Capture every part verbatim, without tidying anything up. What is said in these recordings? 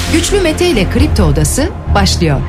Güçlü Mete ile Kripto Odası başlıyor.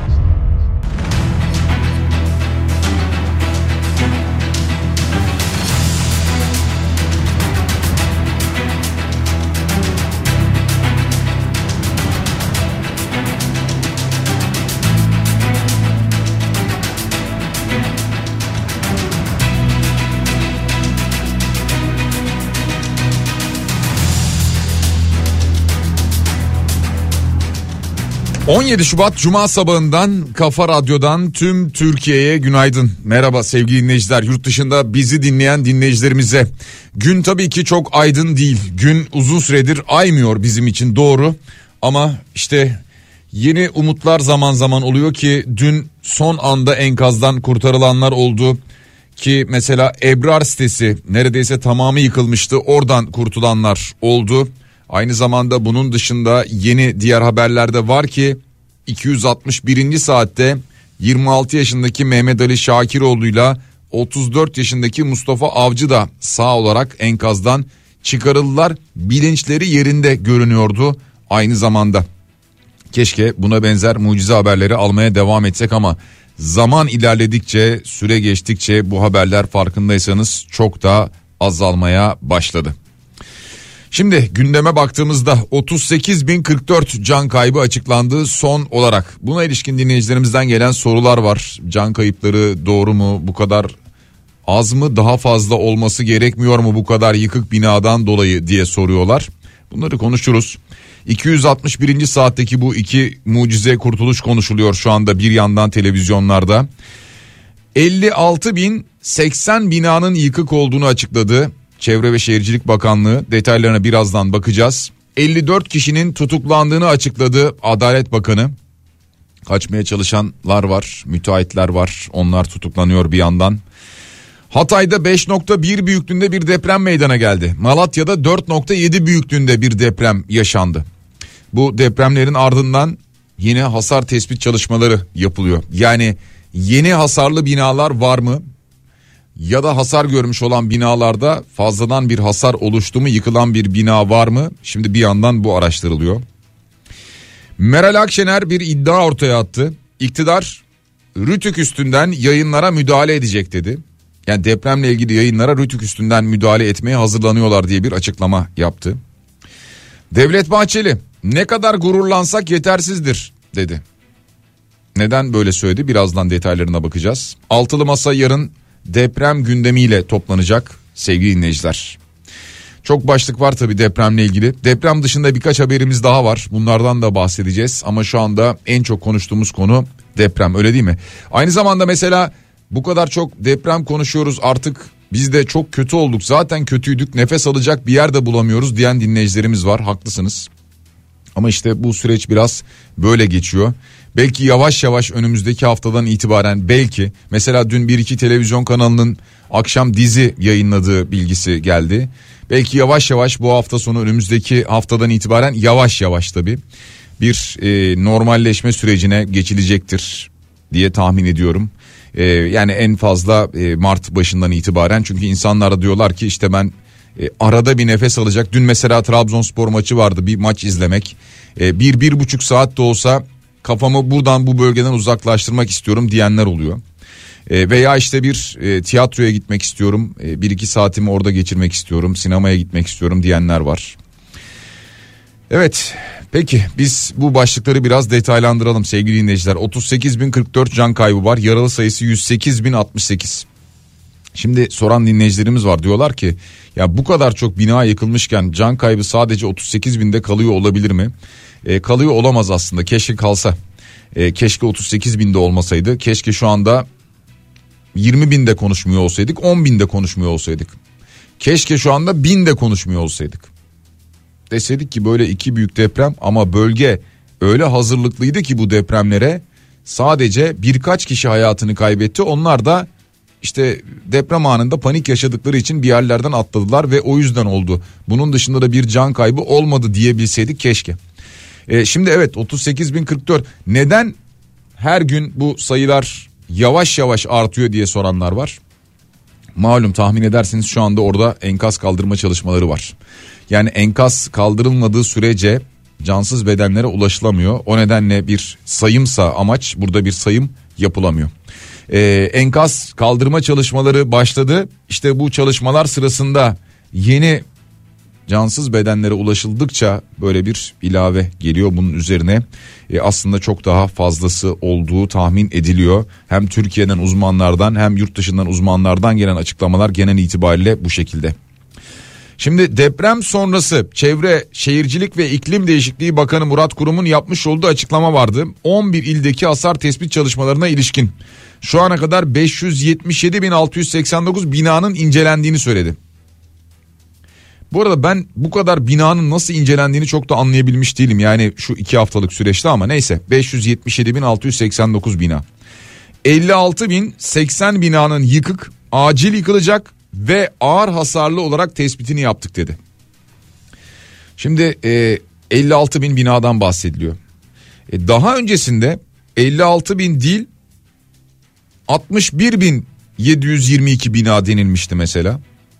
on yedi Şubat Cuma sabahından Kafa Radyo'dan tüm Türkiye'ye günaydın. Merhaba sevgili dinleyiciler, yurt dışında bizi dinleyen dinleyicilerimize. Gün tabii ki çok aydın değil. Gün uzun süredir aymıyor bizim için, doğru. Ama işte yeni umutlar zaman zaman oluyor ki dün son anda enkazdan kurtarılanlar oldu. Ki mesela Ebrar sitesi neredeyse tamamı yıkılmıştı, oradan kurtulanlar oldu. Aynı zamanda bunun dışında yeni diğer haberlerde var ki iki yüz altmış birinci saatte yirmi altı yaşındaki Mehmet Ali Şakiroğlu'yla otuz dört yaşındaki Mustafa Avcı da sağ olarak enkazdan çıkarıldılar. Bilinçleri yerinde görünüyordu aynı zamanda. Keşke buna benzer mucize haberleri almaya devam etsek ama zaman ilerledikçe, süre geçtikçe bu haberler farkındaysanız çok da azalmaya başladı. Şimdi gündeme baktığımızda otuz sekiz bin kırk dört can kaybı açıklandı son olarak. Buna ilişkin dinleyicilerimizden gelen sorular var. Can kayıpları doğru mu? Bu kadar az mı? Daha fazla olması gerekmiyor mu bu kadar yıkık binadan dolayı diye soruyorlar. Bunları konuşuruz. iki yüz altmış birinci saatteki bu iki mucize kurtuluş konuşuluyor şu anda bir yandan televizyonlarda. elli altı bin seksen binanın yıkık olduğunu açıkladı Çevre ve Şehircilik Bakanlığı. Detaylarına birazdan bakacağız. elli dört kişinin tutuklandığını açıkladı Adalet Bakanı. Kaçmaya çalışanlar var, müteahhitler var, onlar tutuklanıyor bir yandan. Hatay'da beş nokta bir büyüklüğünde bir deprem meydana geldi. Malatya'da dört nokta yedi büyüklüğünde bir deprem yaşandı. Bu depremlerin ardından yine hasar tespit çalışmaları yapılıyor. Yani yeni hasarlı binalar var mı? Ya da hasar görmüş olan binalarda fazladan bir hasar oluştu mu, yıkılan bir bina var mı? Şimdi bir yandan bu araştırılıyor. Meral Akşener bir iddia ortaya attı. İktidar Rütük üstünden yayınlara müdahale edecek dedi. Yani depremle ilgili yayınlara Rütük üstünden müdahale etmeye hazırlanıyorlar diye bir açıklama yaptı. Devlet Bahçeli ne kadar gururlansak yetersizdir dedi. Neden böyle söyledi? Birazdan detaylarına bakacağız. Altılı Masa yarın deprem gündemiyle toplanacak sevgili dinleyiciler. Çok başlık var tabii depremle ilgili. Deprem dışında birkaç haberimiz daha var. Bunlardan da bahsedeceğiz ama şu anda en çok konuştuğumuz konu deprem, öyle değil mi? Aynı zamanda mesela bu kadar çok deprem konuşuyoruz, artık biz de çok kötü olduk, zaten kötüydük, nefes alacak bir yer de bulamıyoruz diyen dinleyicilerimiz var, haklısınız. Ama işte bu süreç biraz böyle geçiyor. Belki yavaş yavaş önümüzdeki haftadan itibaren, belki mesela dün bir iki televizyon kanalının akşam dizi yayınladığı bilgisi geldi. Belki yavaş yavaş bu hafta sonu, önümüzdeki haftadan itibaren yavaş yavaş tabii bir e, normalleşme sürecine geçilecektir diye tahmin ediyorum. E, yani en fazla e, Mart başından itibaren, çünkü insanlar da diyorlar ki işte ben e, arada bir nefes alacak. Dün mesela Trabzonspor maçı vardı, bir maç izlemek. E, bir bir buçuk saat de olsa kafamı buradan, bu bölgeden uzaklaştırmak istiyorum diyenler oluyor. E, veya işte bir e, tiyatroya gitmek istiyorum, e, bir iki saatimi orada geçirmek istiyorum, sinemaya gitmek istiyorum diyenler var. Evet, peki biz bu başlıkları biraz detaylandıralım sevgili dinleyiciler. otuz sekiz bin kırk dört can kaybı var, yaralı sayısı yüz sekiz bin altmış sekiz. Şimdi soran dinleyicilerimiz var, diyorlar ki ya bu kadar çok bina yıkılmışken can kaybı sadece otuz sekiz binde kalıyor olabilir mi? E, kalıyor olamaz aslında, keşke kalsa. E, keşke otuz sekiz binde olmasaydı, keşke şu anda yirmi binde konuşmuyor olsaydık, on binde konuşmuyor olsaydık. Keşke şu anda binde konuşmuyor olsaydık. Deseydik ki böyle iki büyük deprem ama bölge öyle hazırlıklıydı ki bu depremlere, sadece birkaç kişi hayatını kaybetti. Onlar da işte deprem anında panik yaşadıkları için bir yerlerden atladılar ve o yüzden oldu. Bunun dışında da bir can kaybı olmadı diyebilseydik keşke. E, şimdi evet, otuz sekiz bin kırk dört, neden her gün bu sayılar yavaş yavaş artıyor diye soranlar var. Malum, tahmin edersiniz şu anda orada enkaz kaldırma çalışmaları var. Yani enkaz kaldırılmadığı sürece cansız bedenlere ulaşılamıyor. O nedenle bir sayımsa amaç, burada bir sayım yapılamıyor. Ee, enkaz kaldırma çalışmaları başladı. İşte bu çalışmalar sırasında yeni cansız bedenlere ulaşıldıkça böyle bir ilave geliyor bunun üzerine. Ee, aslında çok daha fazlası olduğu tahmin ediliyor. Hem Türkiye'den uzmanlardan hem yurt dışından uzmanlardan gelen açıklamalar genel itibariyle bu şekilde. Şimdi deprem sonrası Çevre, Şehircilik ve İklim Değişikliği Bakanı Murat Kurum'un yapmış olduğu açıklama vardı. on bir ildeki hasar tespit çalışmalarına ilişkin şu ana kadar beş yüz yetmiş yedi bin altı yüz seksen dokuz binanın incelendiğini söyledi. Bu arada ben bu kadar binanın nasıl incelendiğini çok da anlayabilmiş değilim. Yani şu iki haftalık süreçte ama neyse, beş yüz yetmiş yedi bin altı yüz seksen dokuz bina. elli altı bin seksen binanın yıkık, acil yıkılacak ve ağır hasarlı olarak tespitini yaptık dedi. Şimdi e, elli altı bin binadan bahsediliyor. E, daha öncesinde elli altı bin değil altmış bir bin yedi yüz yirmi iki bina denilmişti mesela.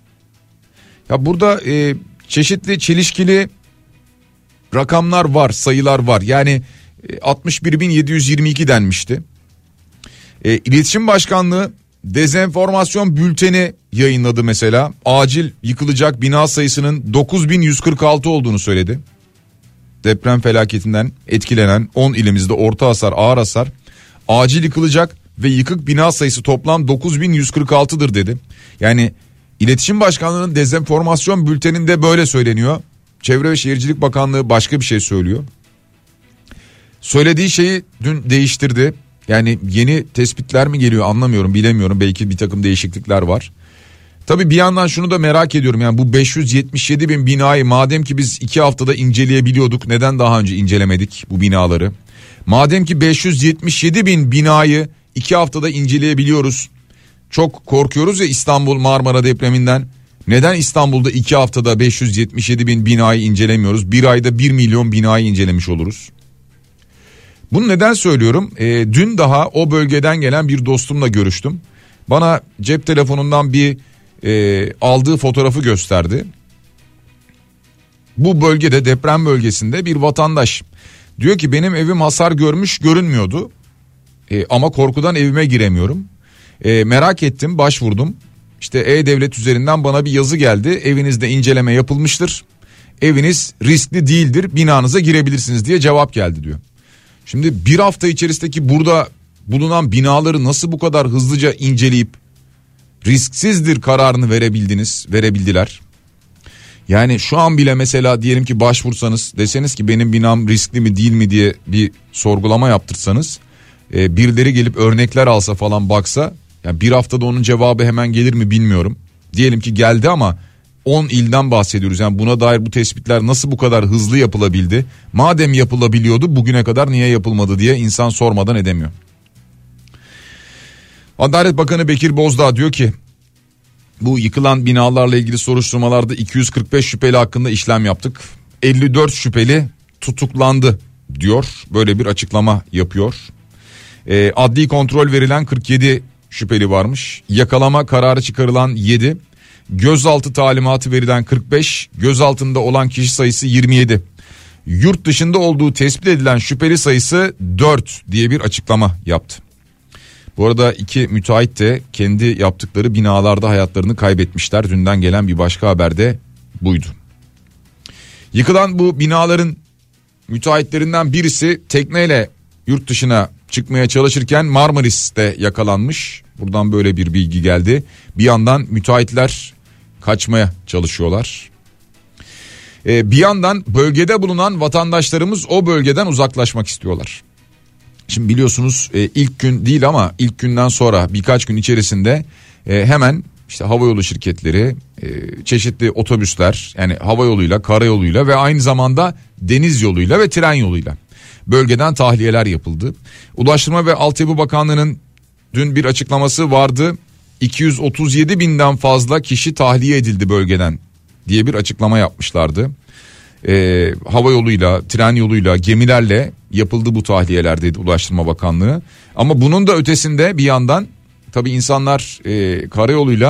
Ya burada e, çeşitli çelişkili rakamlar var, sayılar var. Yani e, altmış bir bin yedi yüz yirmi iki denmişti. E, İletişim Başkanlığı dezenformasyon bülteni yayınladı mesela. Acil yıkılacak bina sayısının dokuz bin yüz kırk altı olduğunu söyledi. Deprem felaketinden etkilenen on ilimizde orta hasar, ağır hasar, acil yıkılacak ve yıkık bina sayısı toplam dokuz bin yüz kırk altıdır dedi. Yani İletişim Başkanlığı'nın dezenformasyon bülteninde böyle söyleniyor. Çevre ve Şehircilik Bakanlığı başka bir şey söylüyor. Söylediği şeyi dün değiştirdi. Yani yeni tespitler mi geliyor anlamıyorum, bilemiyorum. Belki bir takım değişiklikler var. Tabii bir yandan şunu da merak ediyorum. Yani bu beş yüz yetmiş yedi bin binayı madem ki biz iki haftada inceleyebiliyorduk, neden daha önce incelemedik bu binaları? Madem ki beş yüz yetmiş yedi bin binayı iki haftada inceleyebiliyoruz. Çok korkuyoruz ya İstanbul Marmara depreminden. Neden İstanbul'da iki haftada beş yüz yetmiş yedi bin binayı incelemiyoruz? Bir ayda bir milyon binayı incelemiş oluruz. Bunu neden söylüyorum? E, dün daha o bölgeden gelen bir dostumla görüştüm. Bana cep telefonundan bir e, aldığı fotoğrafı gösterdi. Bu bölgede, deprem bölgesinde bir vatandaş diyor ki benim evim hasar görmüş görünmüyordu. E, ama korkudan evime giremiyorum. E, merak ettim, başvurdum. İşte E-Devlet üzerinden bana bir yazı geldi. Evinizde inceleme yapılmıştır. Eviniz riskli değildir, binanıza girebilirsiniz diye cevap geldi diyor. Şimdi bir hafta içerisindeki burada bulunan binaları nasıl bu kadar hızlıca inceleyip risksizdir kararını verebildiniz, verebildiler. Yani şu an bile mesela diyelim ki başvursanız, deseniz ki benim binam riskli mi değil mi diye bir sorgulama yaptırsanız, e, birileri gelip örnekler alsa falan baksa, yani bir haftada onun cevabı hemen gelir mi bilmiyorum. Diyelim ki geldi ama on ilden bahsediyoruz. Yani buna dair bu tespitler nasıl bu kadar hızlı yapılabildi? Madem yapılabiliyordu bugüne kadar niye yapılmadı diye insan sormadan edemiyor. Adalet Bakanı Bekir Bozdağ diyor ki bu yıkılan binalarla ilgili soruşturmalarda iki yüz kırk beş şüpheli hakkında işlem yaptık. elli dört şüpheli tutuklandı diyor. Böyle bir açıklama yapıyor. E, adli kontrol verilen kırk yedi şüpheli varmış. Yakalama kararı çıkarılan yedi. Gözaltı talimatı verilen kırk beş, gözaltında olan kişi sayısı yirmi yedi. Yurt dışında olduğu tespit edilen şüpheli sayısı dört diye bir açıklama yaptı. Bu arada iki müteahhit de kendi yaptıkları binalarda hayatlarını kaybetmişler. Dünden gelen bir başka haber de buydu. Yıkılan bu binaların müteahhitlerinden birisi tekneyle yurt dışına çıkmaya çalışırken Marmaris'te yakalanmış. Buradan böyle bir bilgi geldi. Bir yandan müteahhitler kaçmaya çalışıyorlar. Ee, bir yandan bölgede bulunan vatandaşlarımız o bölgeden uzaklaşmak istiyorlar. Şimdi biliyorsunuz e, ilk gün değil ama ilk günden sonra birkaç gün içerisinde e, hemen işte havayolu şirketleri, e, çeşitli otobüsler, yani havayoluyla, karayoluyla ve aynı zamanda deniz yoluyla ve tren yoluyla bölgeden tahliyeler yapıldı. Ulaştırma ve Altyapı Bakanlığı'nın dün bir açıklaması vardı. iki yüz otuz yedi binden fazla kişi tahliye edildi bölgeden diye bir açıklama yapmışlardı. Ee, hava yoluyla, tren yoluyla, gemilerle yapıldı bu tahliyeler dedi Ulaştırma Bakanlığı. Ama bunun da ötesinde bir yandan tabii insanlar e, karayoluyla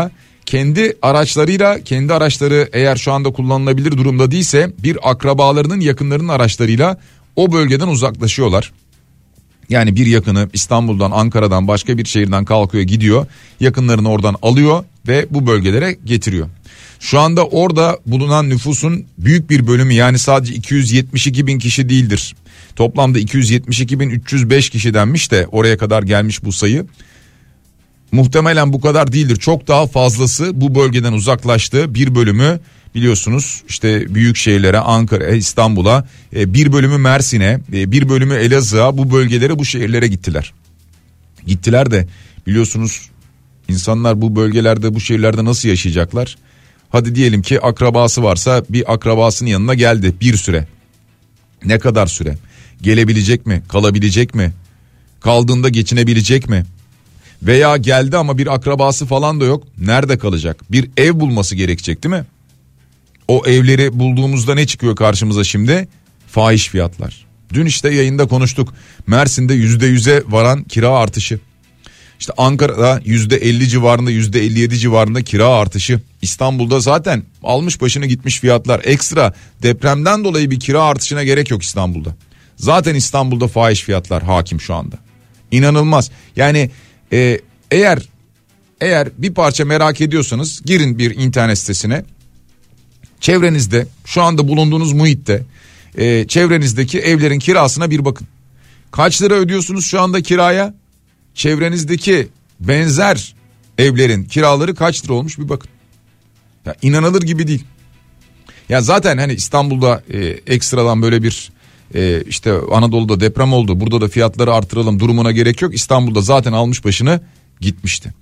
kendi araçlarıyla, kendi araçları eğer şu anda kullanılabilir durumda değilse bir akrabalarının, yakınlarının araçlarıyla o bölgeden uzaklaşıyorlar. Yani bir yakını İstanbul'dan, Ankara'dan, başka bir şehirden kalkıyor, gidiyor, yakınlarını oradan alıyor ve bu bölgelere getiriyor. Şu anda orada bulunan nüfusun büyük bir bölümü, yani sadece iki yüz yetmiş iki bin kişi değildir. Toplamda iki yüz yetmiş iki bin üç yüz beş kişi denmiş de oraya kadar gelmiş bu sayı. Muhtemelen bu kadar değildir. Çok daha fazlası bu bölgeden uzaklaştı. Bir bölümü biliyorsunuz işte büyük şehirlere, Ankara, İstanbul'a, bir bölümü Mersin'e, bir bölümü Elazığ'a, bu bölgelere, bu şehirlere gittiler. Gittiler de biliyorsunuz insanlar bu bölgelerde, bu şehirlerde nasıl yaşayacaklar? Hadi diyelim ki akrabası varsa bir akrabasının yanına geldi bir süre. Ne kadar süre? Gelebilecek mi? Kalabilecek mi? Kaldığında geçinebilecek mi? Veya geldi ama bir akrabası falan da yok. Nerede kalacak? Bir ev bulması gerekecek değil mi? O evleri bulduğumuzda ne çıkıyor karşımıza şimdi? Fahiş fiyatlar. Dün işte yayında konuştuk. Mersin'de yüzde yüze varan kira artışı. İşte Ankara'da yüzde elli civarında, yüzde elli yedi civarında kira artışı. İstanbul'da zaten almış başını gitmiş fiyatlar. Ekstra depremden dolayı bir kira artışına gerek yok İstanbul'da. Zaten İstanbul'da fahiş fiyatlar hakim şu anda. İnanılmaz. Yani e, eğer eğer bir parça merak ediyorsanız girin bir internet sitesine. Çevrenizde, şu anda bulunduğunuz muhitte, e, çevrenizdeki evlerin kirasına bir bakın. Kaç lira ödüyorsunuz şu anda kiraya? Çevrenizdeki benzer evlerin kiraları kaç lira olmuş bir bakın. Ya inanılır gibi değil. Ya zaten hani İstanbul'da e, ekstradan böyle bir e, işte Anadolu'da deprem oldu, burada da fiyatları artıralım durumuna gerek yok. İstanbul'da zaten almış başını gitmişti.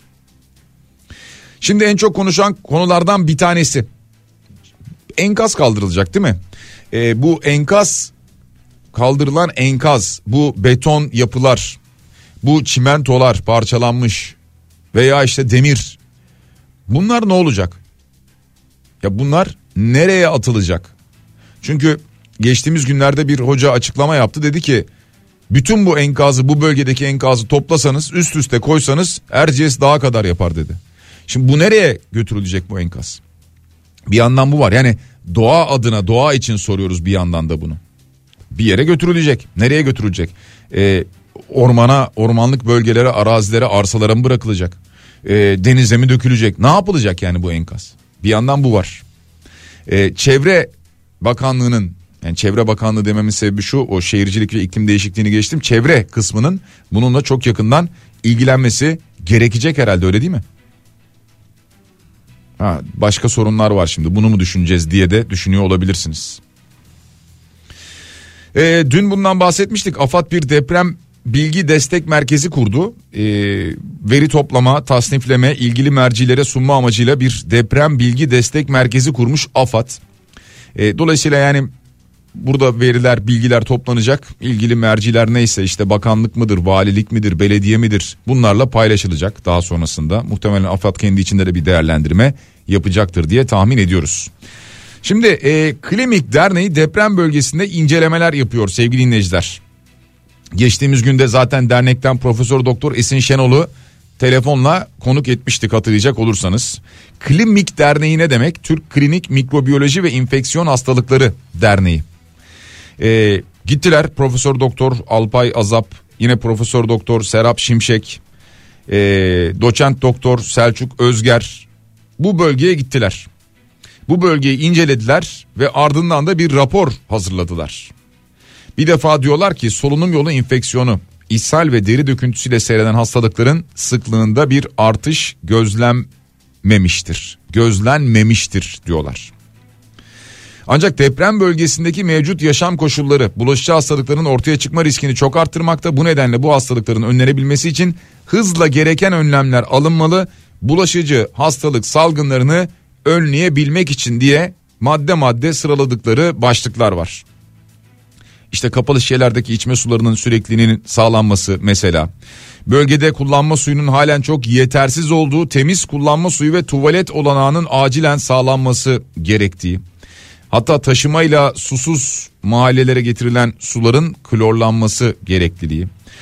Şimdi en çok konuşan konulardan bir tanesi enkaz kaldırılacak değil mi? E, bu enkaz, kaldırılan enkaz, bu beton yapılar, bu çimentolar parçalanmış veya işte demir, bunlar ne olacak? Ya bunlar nereye atılacak? Çünkü geçtiğimiz günlerde bir hoca açıklama yaptı, dedi ki bütün bu enkazı, bu bölgedeki enkazı toplasanız, üst üste koysanız Erciyes Dağı kadar yapar dedi. Şimdi bu nereye götürülecek bu enkaz? Bir yandan bu var, yani doğa adına, doğa için soruyoruz bir yandan da bunu. Bir yere götürülecek. Nereye götürülecek? Ee, ormana, ormanlık bölgelere, arazilere, arsalara mı bırakılacak? Ee, denize mi dökülecek? Ne yapılacak yani bu enkaz? Bir yandan bu var. Ee, Çevre Bakanlığı'nın, yani Çevre Bakanlığı dememin sebebi şu, o şehircilik ve iklim değişikliğini geçtim. Çevre kısmının bununla çok yakından ilgilenmesi gerekecek herhalde, öyle değil mi? Ha, başka sorunlar var şimdi, bunu mu düşüneceğiz diye de düşünüyor olabilirsiniz. Ee, dün bundan bahsetmiştik. AFAD bir deprem bilgi destek merkezi kurdu. Ee, veri toplama, tasnifleme, ilgili mercilere sunma amacıyla bir deprem bilgi destek merkezi kurmuş AFAD. Ee, dolayısıyla yani burada veriler, bilgiler toplanacak. İlgili merciler neyse, işte bakanlık mıdır, valilik midir, belediye midir, bunlarla paylaşılacak daha sonrasında. Muhtemelen AFAD kendi içinde de bir değerlendirme yapacaktır diye tahmin ediyoruz. Şimdi e, Klimik Derneği deprem bölgesinde incelemeler yapıyor sevgili dinleyiciler. Geçtiğimiz günde zaten dernekten Profesör Doktor Esin Şenol'u telefonla konuk etmiştik, hatırlayacak olursanız. Klimik Derneği ne demek? Türk Klinik Mikrobiyoloji ve İnfeksiyon Hastalıkları Derneği. E, gittiler Profesör Doktor Alpay Azap, yine Profesör Doktor Serap Şimşek, e, Doçent Doktor Selçuk Özger bu bölgeye gittiler. Bu bölgeyi incelediler ve ardından da bir rapor hazırladılar. Bir defa diyorlar ki solunum yolu enfeksiyonu, ishal ve deri döküntüsüyle seyreden hastalıkların sıklığında bir artış gözlenmemiştir. Gözlenmemiştir diyorlar. Ancak deprem bölgesindeki mevcut yaşam koşulları bulaşıcı hastalıkların ortaya çıkma riskini çok arttırmakta. Bu nedenle bu hastalıkların önlenebilmesi için hızla gereken önlemler alınmalı. Bulaşıcı hastalık salgınlarını önleyebilmek için diye madde madde sıraladıkları başlıklar var. İşte kapalı şişelerdeki içme sularının sürekliliğinin sağlanması mesela. Bölgede kullanma suyunun halen çok yetersiz olduğu, temiz kullanma suyu ve tuvalet olanağının acilen sağlanması gerektiği. Hatta taşımayla susuz mahallelere getirilen suların klorlanması gerekliliği.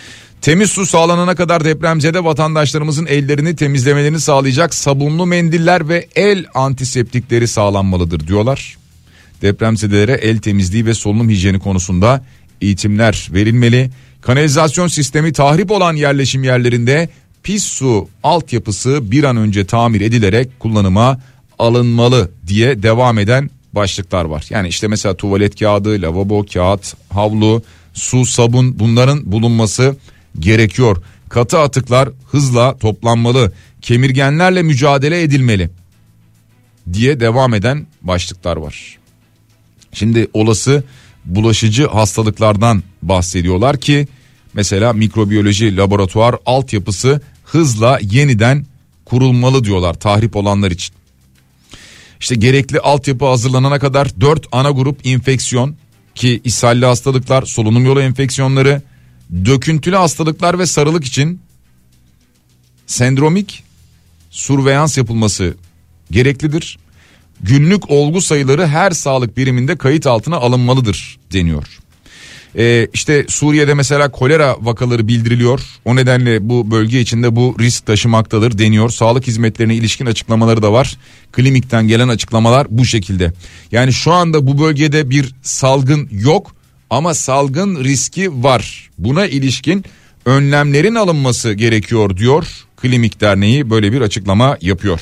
Temiz su sağlanana kadar depremzede vatandaşlarımızın ellerini temizlemelerini sağlayacak sabunlu mendiller ve el antiseptikleri sağlanmalıdır diyorlar. Depremzedelere el temizliği ve solunum hijyeni konusunda eğitimler verilmeli. Kanalizasyon sistemi tahrip olan yerleşim yerlerinde pis su altyapısı bir an önce tamir edilerek kullanıma alınmalı diye devam eden başlıklar var. Yani işte mesela tuvalet kağıdı, lavabo kağıt, havlu, su, sabun, bunların bulunması gerekiyor. Katı atıklar hızla toplanmalı. Kemirgenlerle mücadele edilmeli diye devam eden başlıklar var. Şimdi olası bulaşıcı hastalıklardan bahsediyorlar ki mesela mikrobiyoloji laboratuvar altyapısı hızla yeniden kurulmalı diyorlar tahrip olanlar için. İşte gerekli altyapı hazırlanana kadar dört ana grup enfeksiyon ki ishalli hastalıklar, solunum yolu enfeksiyonları, döküntülü hastalıklar ve sarılık için sendromik surveillans yapılması gereklidir. Günlük olgu sayıları her sağlık biriminde kayıt altına alınmalıdır deniyor. Ee, işte Suriye'de mesela kolera vakaları bildiriliyor. O nedenle bu bölge içinde bu risk taşımaktadır deniyor. Sağlık hizmetlerine ilişkin açıklamaları da var. Klinikten gelen açıklamalar bu şekilde. Yani şu anda bu bölgede bir salgın yok ama salgın riski var. Buna ilişkin önlemlerin alınması gerekiyor diyor. Klinik Derneği böyle bir açıklama yapıyor.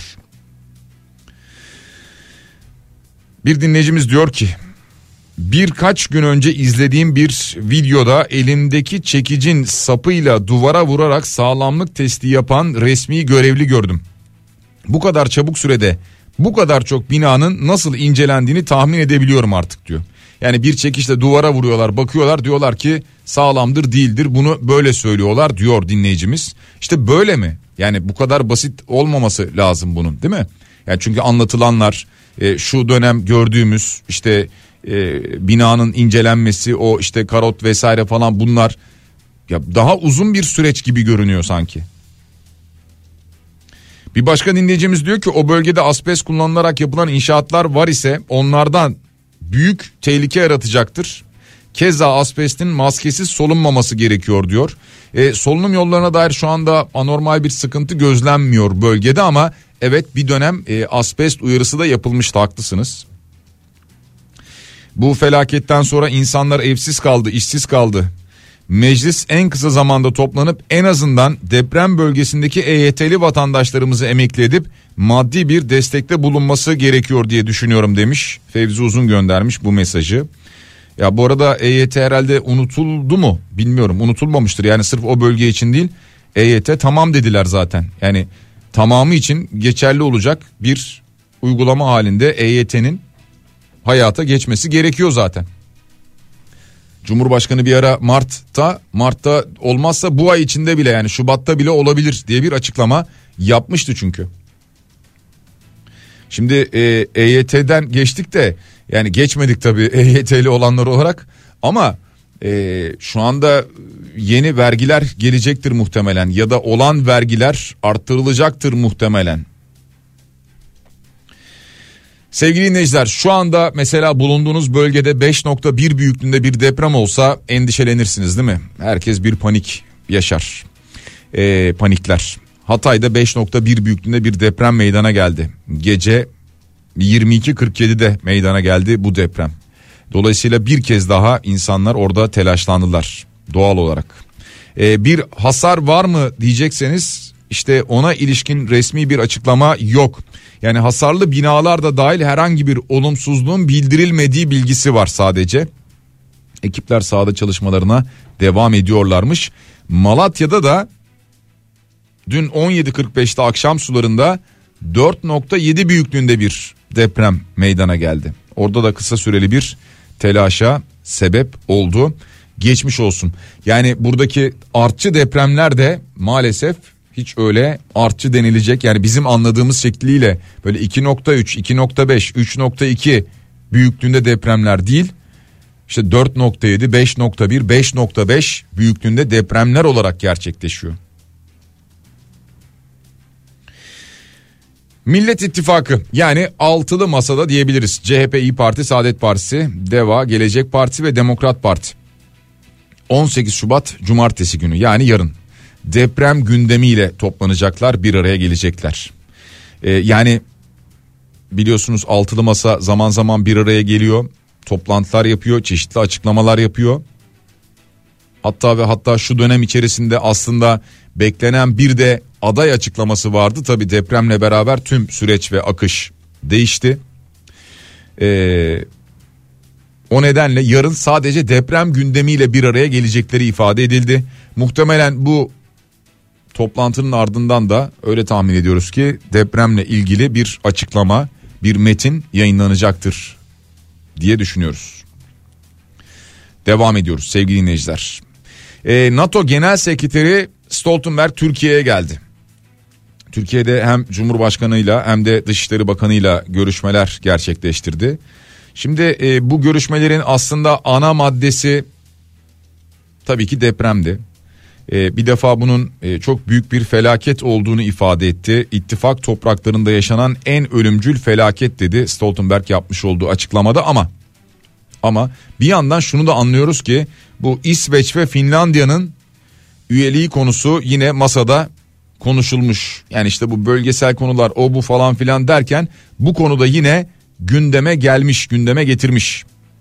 Bir dinleyicimiz diyor ki birkaç gün önce izlediğim bir videoda elimdeki çekicin sapıyla duvara vurarak sağlamlık testi yapan resmi görevli gördüm. Bu kadar çabuk sürede bu kadar çok binanın nasıl incelendiğini tahmin edebiliyorum artık diyor. Yani bir çekişle duvara vuruyorlar, bakıyorlar, diyorlar ki sağlamdır değildir, bunu böyle söylüyorlar diyor dinleyicimiz. İşte böyle mi? Yani bu kadar basit olmaması lazım bunun, değil mi? Yani çünkü anlatılanlar e, şu dönem gördüğümüz işte e, binanın incelenmesi, o işte karot vesaire falan, bunlar ya daha uzun bir süreç gibi görünüyor sanki. Bir başka dinleyicimiz diyor ki o bölgede asbest kullanılarak yapılan inşaatlar var ise onlardan büyük tehlike yaratacaktır. Keza asbestin maskesiz solunmaması gerekiyor diyor. E, solunum yollarına dair şu anda anormal bir sıkıntı gözlenmiyor bölgede ama evet bir dönem e, asbest uyarısı da yapılmıştı, haklısınız. Bu felaketten sonra insanlar evsiz kaldı, işsiz kaldı. Meclis en kısa zamanda toplanıp en azından deprem bölgesindeki E Y T'li vatandaşlarımızı emekli edip maddi bir destekte bulunması gerekiyor diye düşünüyorum demiş. Fevzi Uzun göndermiş bu mesajı. Ya bu arada E Y T herhalde unutuldu mu bilmiyorum, unutulmamıştır yani, sırf o bölge için değil, E Y T tamam dediler zaten. Yani tamamı için geçerli olacak bir uygulama halinde E Y T'nin hayata geçmesi gerekiyor zaten. Cumhurbaşkanı bir ara Mart'ta Mart'ta olmazsa bu ay içinde bile, yani Şubat'ta bile olabilir diye bir açıklama yapmıştı çünkü. Şimdi e, E Y T'den geçtik de yani geçmedik tabii E Y T'li olanlar olarak ama e, şu anda yeni vergiler gelecektir muhtemelen ya da olan vergiler arttırılacaktır muhtemelen. Sevgili dinleyiciler, şu anda mesela bulunduğunuz bölgede beş nokta bir büyüklüğünde bir deprem olsa endişelenirsiniz değil mi? Herkes bir panik yaşar, e, panikler. Hatay'da beş nokta bir büyüklüğünde bir deprem meydana geldi. Gece yirmi iki kırk yedide meydana geldi bu deprem. Dolayısıyla bir kez daha insanlar orada telaşlandılar doğal olarak. E, bir hasar var mı diyecekseniz işte ona ilişkin resmi bir açıklama yok. Yani hasarlı binalar da dahil herhangi bir olumsuzluğun bildirilmediği bilgisi var sadece. Ekipler sahada çalışmalarına devam ediyorlarmış. Malatya'da da dün on yedi kırk beşte akşam sularında dört nokta yedi büyüklüğünde bir deprem meydana geldi. Orada da kısa süreli bir telaşa sebep oldu. Geçmiş olsun. Yani buradaki artçı depremler de maalesef hiç öyle artçı denilecek, yani bizim anladığımız şekliyle böyle iki nokta üç, iki nokta beş, üç nokta iki büyüklüğünde depremler değil. İşte dört nokta yedi, beş nokta bir, beş nokta beş büyüklüğünde depremler olarak gerçekleşiyor. Millet İttifakı, yani altılı masada diyebiliriz. C H P, İYİ Parti, Saadet Partisi, DEVA, Gelecek Partisi ve Demokrat Parti. on sekiz Şubat Cumartesi günü, yani yarın deprem gündemiyle toplanacaklar, bir araya gelecekler. Ee, yani biliyorsunuz altılı masa zaman zaman bir araya geliyor, toplantılar yapıyor, çeşitli açıklamalar yapıyor. Hatta ve hatta şu dönem içerisinde aslında beklenen bir de aday açıklaması vardı. Tabii depremle beraber tüm süreç ve akış değişti. Ee, o nedenle yarın sadece deprem gündemiyle bir araya gelecekleri ifade edildi. Muhtemelen bu toplantının ardından da öyle tahmin ediyoruz ki depremle ilgili bir açıklama, bir metin yayınlanacaktır diye düşünüyoruz. Devam ediyoruz sevgili dinleyiciler. Ee, NATO Genel Sekreteri Stoltenberg Türkiye'ye geldi. Türkiye'de hem Cumhurbaşkanı'yla hem de Dışişleri Bakanı'yla görüşmeler gerçekleştirdi. Şimdi e, bu görüşmelerin aslında ana maddesi tabii ki depremdi. E, bir defa bunun e, çok büyük bir felaket olduğunu ifade etti. İttifak topraklarında yaşanan en ölümcül felaket dedi Stoltenberg yapmış olduğu açıklamada, ama ama bir yandan şunu da anlıyoruz ki bu İsveç ve Finlandiya'nın üyeliği konusu yine masada konuşulmuş. Yani işte bu bölgesel konular, o bu falan filan derken bu konuda yine gündeme gelmiş, gündeme getirmiş.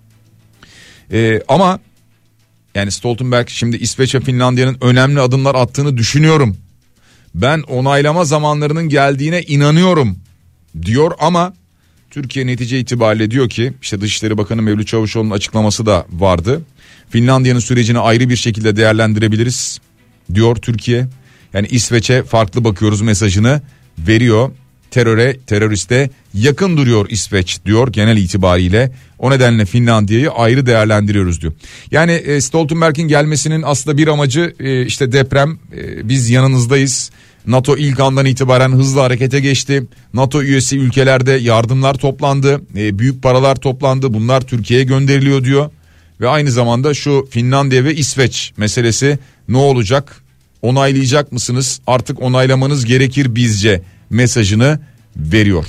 Ee, ama yani Stoltenberg şimdi İsveç ve Finlandiya'nın önemli adımlar attığını düşünüyorum, ben onaylama zamanlarının geldiğine inanıyorum diyor, ama Türkiye netice itibariyle diyor ki, işte Dışişleri Bakanı Mevlüt Çavuşoğlu'nun açıklaması da vardı. Finlandiya'nın sürecini ayrı bir şekilde değerlendirebiliriz diyor Türkiye. Yani İsveç'e farklı bakıyoruz mesajını veriyor. Teröre, teröriste yakın duruyor İsveç diyor genel itibariyle. O nedenle Finlandiya'yı ayrı değerlendiriyoruz diyor. Yani e, Stoltenberg'in gelmesinin aslında bir amacı e, işte deprem, e, biz yanınızdayız. NATO ilk andan itibaren hızlı harekete geçti. NATO üyesi ülkelerde yardımlar toplandı, e, büyük paralar toplandı. Bunlar Türkiye'ye gönderiliyor diyor. Ve aynı zamanda şu Finlandiya ve İsveç meselesi ne olacak? Onaylayacak mısınız? Artık onaylamanız gerekir bizce mesajını veriyor.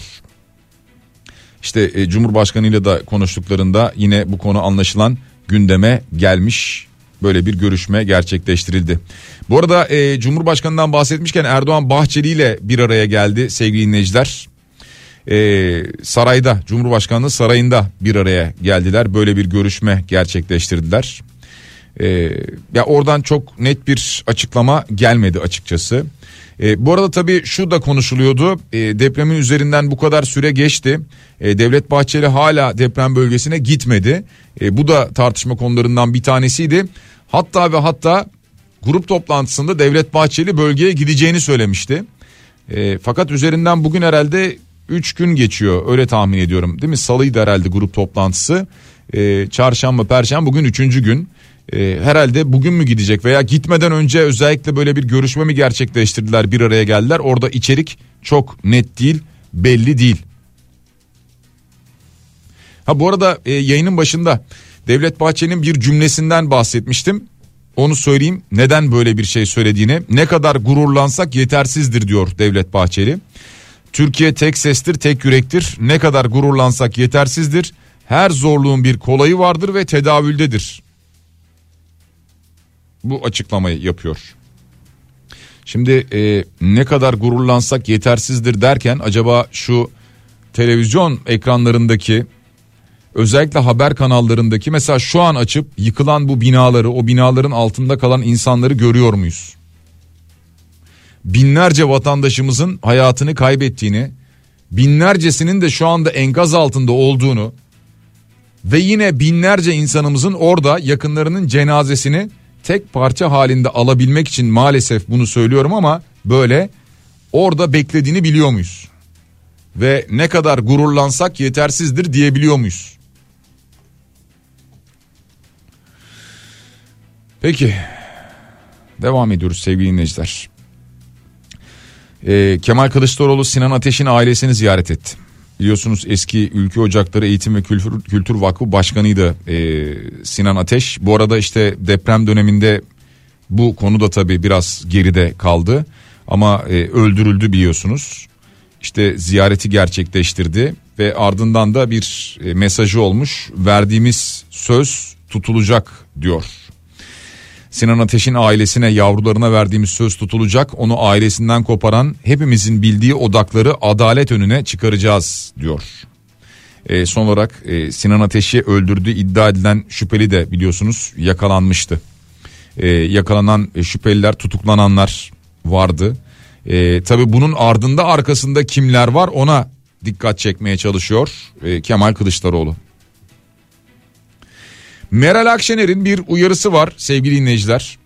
İşte e, Cumhurbaşkanıyla da konuştuklarında yine bu konu anlaşılan gündeme gelmiş. Böyle bir görüşme gerçekleştirildi. Bu arada e, Cumhurbaşkanından bahsetmişken Erdoğan Bahçeli ile bir araya geldi sevgili dinleyiciler. E, sarayda, Cumhurbaşkanlığı sarayında bir araya geldiler. Böyle bir görüşme gerçekleştirdiler. E, ya oradan çok net bir açıklama gelmedi açıkçası. E, bu arada tabii şu da konuşuluyordu. E, depremin üzerinden bu kadar süre geçti. E, Devlet Bahçeli hala deprem bölgesine gitmedi. E, bu da tartışma konularından bir tanesiydi. Hatta ve hatta grup toplantısında Devlet Bahçeli bölgeye gideceğini söylemişti. E, fakat üzerinden bugün herhalde üç gün geçiyor, öyle tahmin ediyorum, değil mi? Salıydı herhalde grup toplantısı. E, çarşamba, perşembe, bugün üçüncü gün. E, herhalde bugün mü gidecek veya gitmeden önce özellikle böyle bir görüşme mi gerçekleştirdiler, bir araya geldiler. Orada içerik çok net değil, belli değil. Ha bu arada e, yayının başında Devlet Bahçeli'nin bir cümlesinden bahsetmiştim. Onu söyleyeyim, neden böyle bir şey söylediğini. Ne kadar gururlansak yetersizdir diyor Devlet Bahçeli. Türkiye tek sestir, tek yürektir. Ne kadar gururlansak yetersizdir. Her zorluğun bir kolayı vardır ve tedavüldedir. Bu açıklamayı yapıyor. Şimdi e, ne kadar gururlansak yetersizdir derken acaba şu televizyon ekranlarındaki, özellikle haber kanallarındaki, mesela şu an açıp yıkılan bu binaları, o binaların altında kalan insanları görüyor muyuz? Binlerce vatandaşımızın hayatını kaybettiğini, binlercesinin de şu anda enkaz altında olduğunu ve yine binlerce insanımızın orada yakınlarının cenazesini tek parça halinde alabilmek için, maalesef bunu söylüyorum ama böyle, orada beklediğini biliyor muyuz? Ve ne kadar gururlansak yetersizdir diyebiliyor muyuz? Peki, devam ediyoruz sevgili dinleyiciler. Ee, Kemal Kılıçdaroğlu Sinan Ateş'in ailesini ziyaret etti. Biliyorsunuz eski Ülke Ocakları Eğitim ve Kültür, Kültür Vakfı Başkanıydı e, Sinan Ateş. Bu arada işte deprem döneminde bu konu da tabii biraz geride kaldı. Ama e, öldürüldü biliyorsunuz. İşte ziyareti gerçekleştirdi ve ardından da bir e, mesajı olmuş. Verdiğimiz söz tutulacak diyor. Sinan Ateş'in ailesine, yavrularına verdiğimiz söz tutulacak. Onu ailesinden koparan hepimizin bildiği odakları adalet önüne çıkaracağız diyor. E, son olarak e, Sinan Ateş'i öldürdüğü iddia edilen şüpheli de biliyorsunuz yakalanmıştı. E, yakalanan e, şüpheliler, tutuklananlar vardı. E, tabii bunun ardında, arkasında kimler var ona dikkat çekmeye çalışıyor e, Kemal Kılıçdaroğlu. Meral Akşener'in bir uyarısı var sevgili dinleyiciler.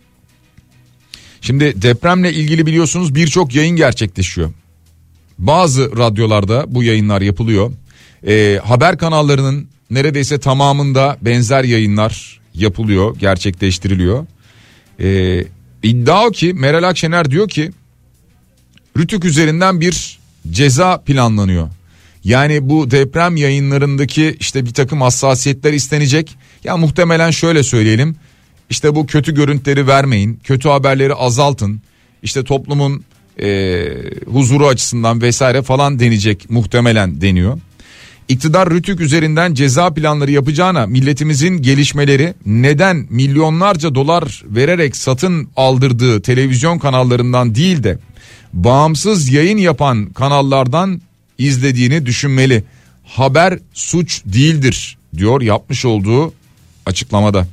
Şimdi depremle ilgili biliyorsunuz birçok yayın gerçekleşiyor. Bazı radyolarda bu yayınlar yapılıyor. E, haber kanallarının neredeyse tamamında benzer yayınlar yapılıyor, gerçekleştiriliyor. E, iddia o ki Meral Akşener diyor ki Rütük üzerinden bir ceza planlanıyor. Yani bu deprem yayınlarındaki işte bir takım hassasiyetler istenecek. Ya muhtemelen şöyle söyleyelim. İşte bu kötü görüntüleri vermeyin, kötü haberleri azaltın. İşte toplumun e, huzuru açısından vesaire falan denecek, muhtemelen deniyor. İktidar Rütük üzerinden ceza planları yapacağına milletimizin gelişmeleri neden milyonlarca dolar vererek satın aldırdığı televizyon kanallarından değil de bağımsız yayın yapan kanallardan izlediğini düşünmeli. Haber suç değildir diyor yapmış olduğu açıklamada.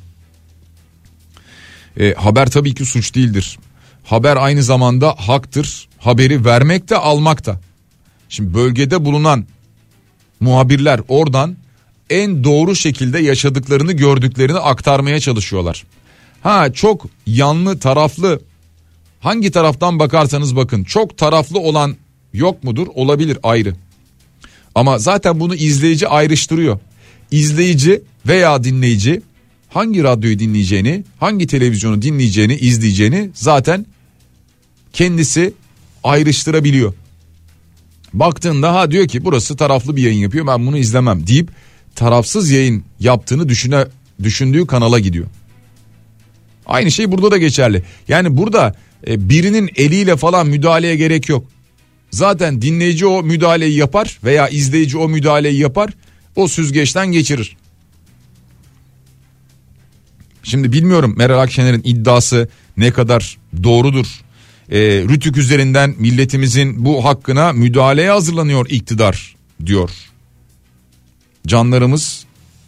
E, haber tabii ki suç değildir. Haber aynı zamanda haktır. Haberi vermek de almak da. Şimdi bölgede bulunan muhabirler oradan en doğru şekilde yaşadıklarını, gördüklerini aktarmaya çalışıyorlar. Ha, çok yanlı taraflı, hangi taraftan bakarsanız bakın, çok taraflı olan yok mudur? Olabilir, ayrı. Ama zaten bunu izleyici ayrıştırıyor. İzleyici veya dinleyici hangi radyoyu dinleyeceğini, hangi televizyonu dinleyeceğini, izleyeceğini zaten kendisi ayrıştırabiliyor. Baktığında ha diyor ki burası taraflı bir yayın yapıyor, ben bunu izlemem deyip tarafsız yayın yaptığını düşüne, düşündüğü kanala gidiyor. Aynı şey burada da geçerli. Yani burada e, birinin eliyle falan müdahaleye gerek yok. Zaten dinleyici o müdahaleyi yapar veya izleyici o müdahaleyi yapar, o süzgeçten geçirir. Şimdi bilmiyorum Meral Akşener'in iddiası ne kadar doğrudur. E, Rütük üzerinden milletimizin bu hakkına müdahaleye hazırlanıyor iktidar diyor. Canlarımız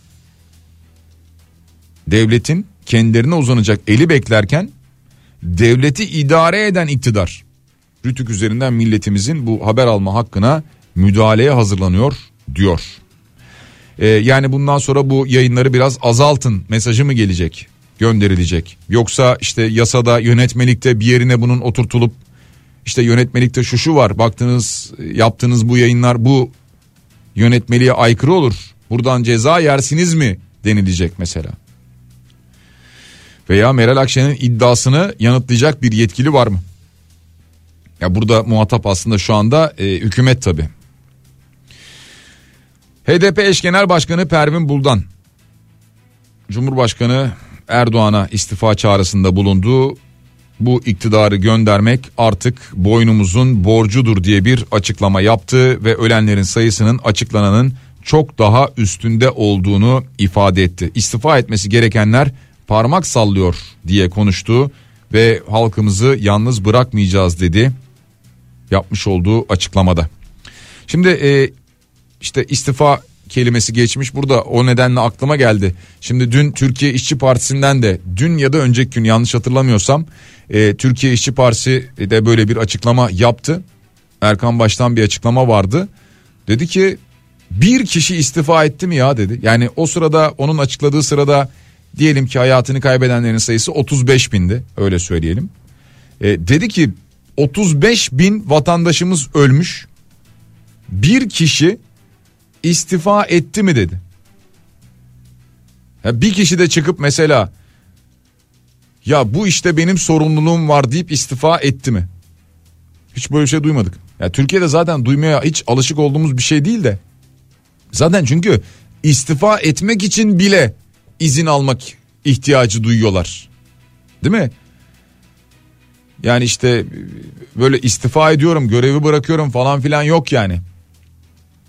devletin kendilerine uzanacak eli beklerken devleti idare eden iktidar Rütük üzerinden milletimizin bu haber alma hakkına müdahaleye hazırlanıyor diyor. Ee, yani bundan sonra bu yayınları biraz azaltın mesajı mı gelecek, gönderilecek? Yoksa işte yasada, yönetmelikte bir yerine bunun oturtulup işte yönetmelikte şu şu var, baktığınız yaptığınız bu yayınlar bu yönetmeliğe aykırı olur, buradan ceza yersiniz mi denilecek mesela? Veya Meral Akşener'in iddiasını yanıtlayacak bir yetkili var mı? Ya burada muhatap aslında şu anda e, hükümet tabii. H D P eş genel başkanı Pervin Buldan, Cumhurbaşkanı Erdoğan'a istifa çağrısında bulundu. Bu iktidarı göndermek artık boynumuzun borcudur diye bir açıklama yaptı ve ölenlerin sayısının açıklananın çok daha üstünde olduğunu ifade etti. İstifa etmesi gerekenler parmak sallıyor diye konuştu ve halkımızı yalnız bırakmayacağız dedi yapmış olduğu açıklamada. Şimdi e, işte istifa kelimesi geçmiş burada, o nedenle aklıma geldi. Şimdi dün Türkiye İşçi Partisi'nden de, dün ya da önceki gün yanlış hatırlamıyorsam e, Türkiye İşçi Partisi de böyle bir açıklama yaptı. Erkan Baş'tan bir açıklama vardı. Dedi ki bir kişi istifa etti mi ya dedi. Yani o sırada, onun açıkladığı sırada diyelim ki hayatını kaybedenlerin sayısı otuz beş bindi, öyle söyleyelim. E, dedi ki otuz beş bin vatandaşımız ölmüş, bir kişi istifa etti mi dedi. Ya bir kişi de çıkıp mesela ya bu işte benim sorumluluğum var deyip istifa etti mi? Hiç böyle bir şey duymadık. Ya Türkiye'de zaten duymaya hiç alışık olduğumuz bir şey değil de. Zaten çünkü istifa etmek için bile izin almak ihtiyacı duyuyorlar. Değil mi? Yani işte böyle istifa ediyorum, görevi bırakıyorum falan filan yok yani.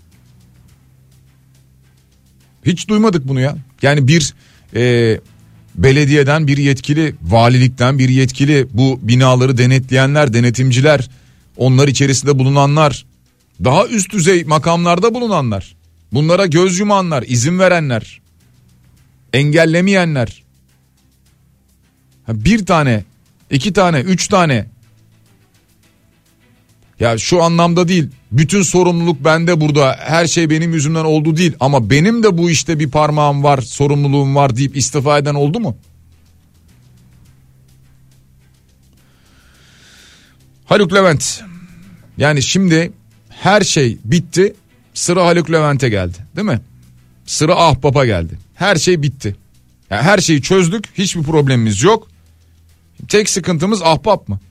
Hiç duymadık bunu ya. Yani bir e, belediyeden bir yetkili, valilikten bir yetkili, bu binaları denetleyenler, denetimciler, onlar içerisinde bulunanlar, daha üst düzey makamlarda bulunanlar, bunlara göz yumanlar, izin verenler, engellemeyenler. Bir tane, iki tane, üç tane. Ya şu anlamda değil, bütün sorumluluk bende burada, her şey benim yüzümden oldu değil, ama benim de bu işte bir parmağım var, sorumluluğum var deyip istifa eden oldu mu? Haluk Levent, yani şimdi her şey bitti, sıra Haluk Levent'e geldi, değil mi? Sıra Ahbap'a geldi, her şey bitti, yani her şeyi çözdük, hiçbir problemimiz yok, tek sıkıntımız Ahbap mı?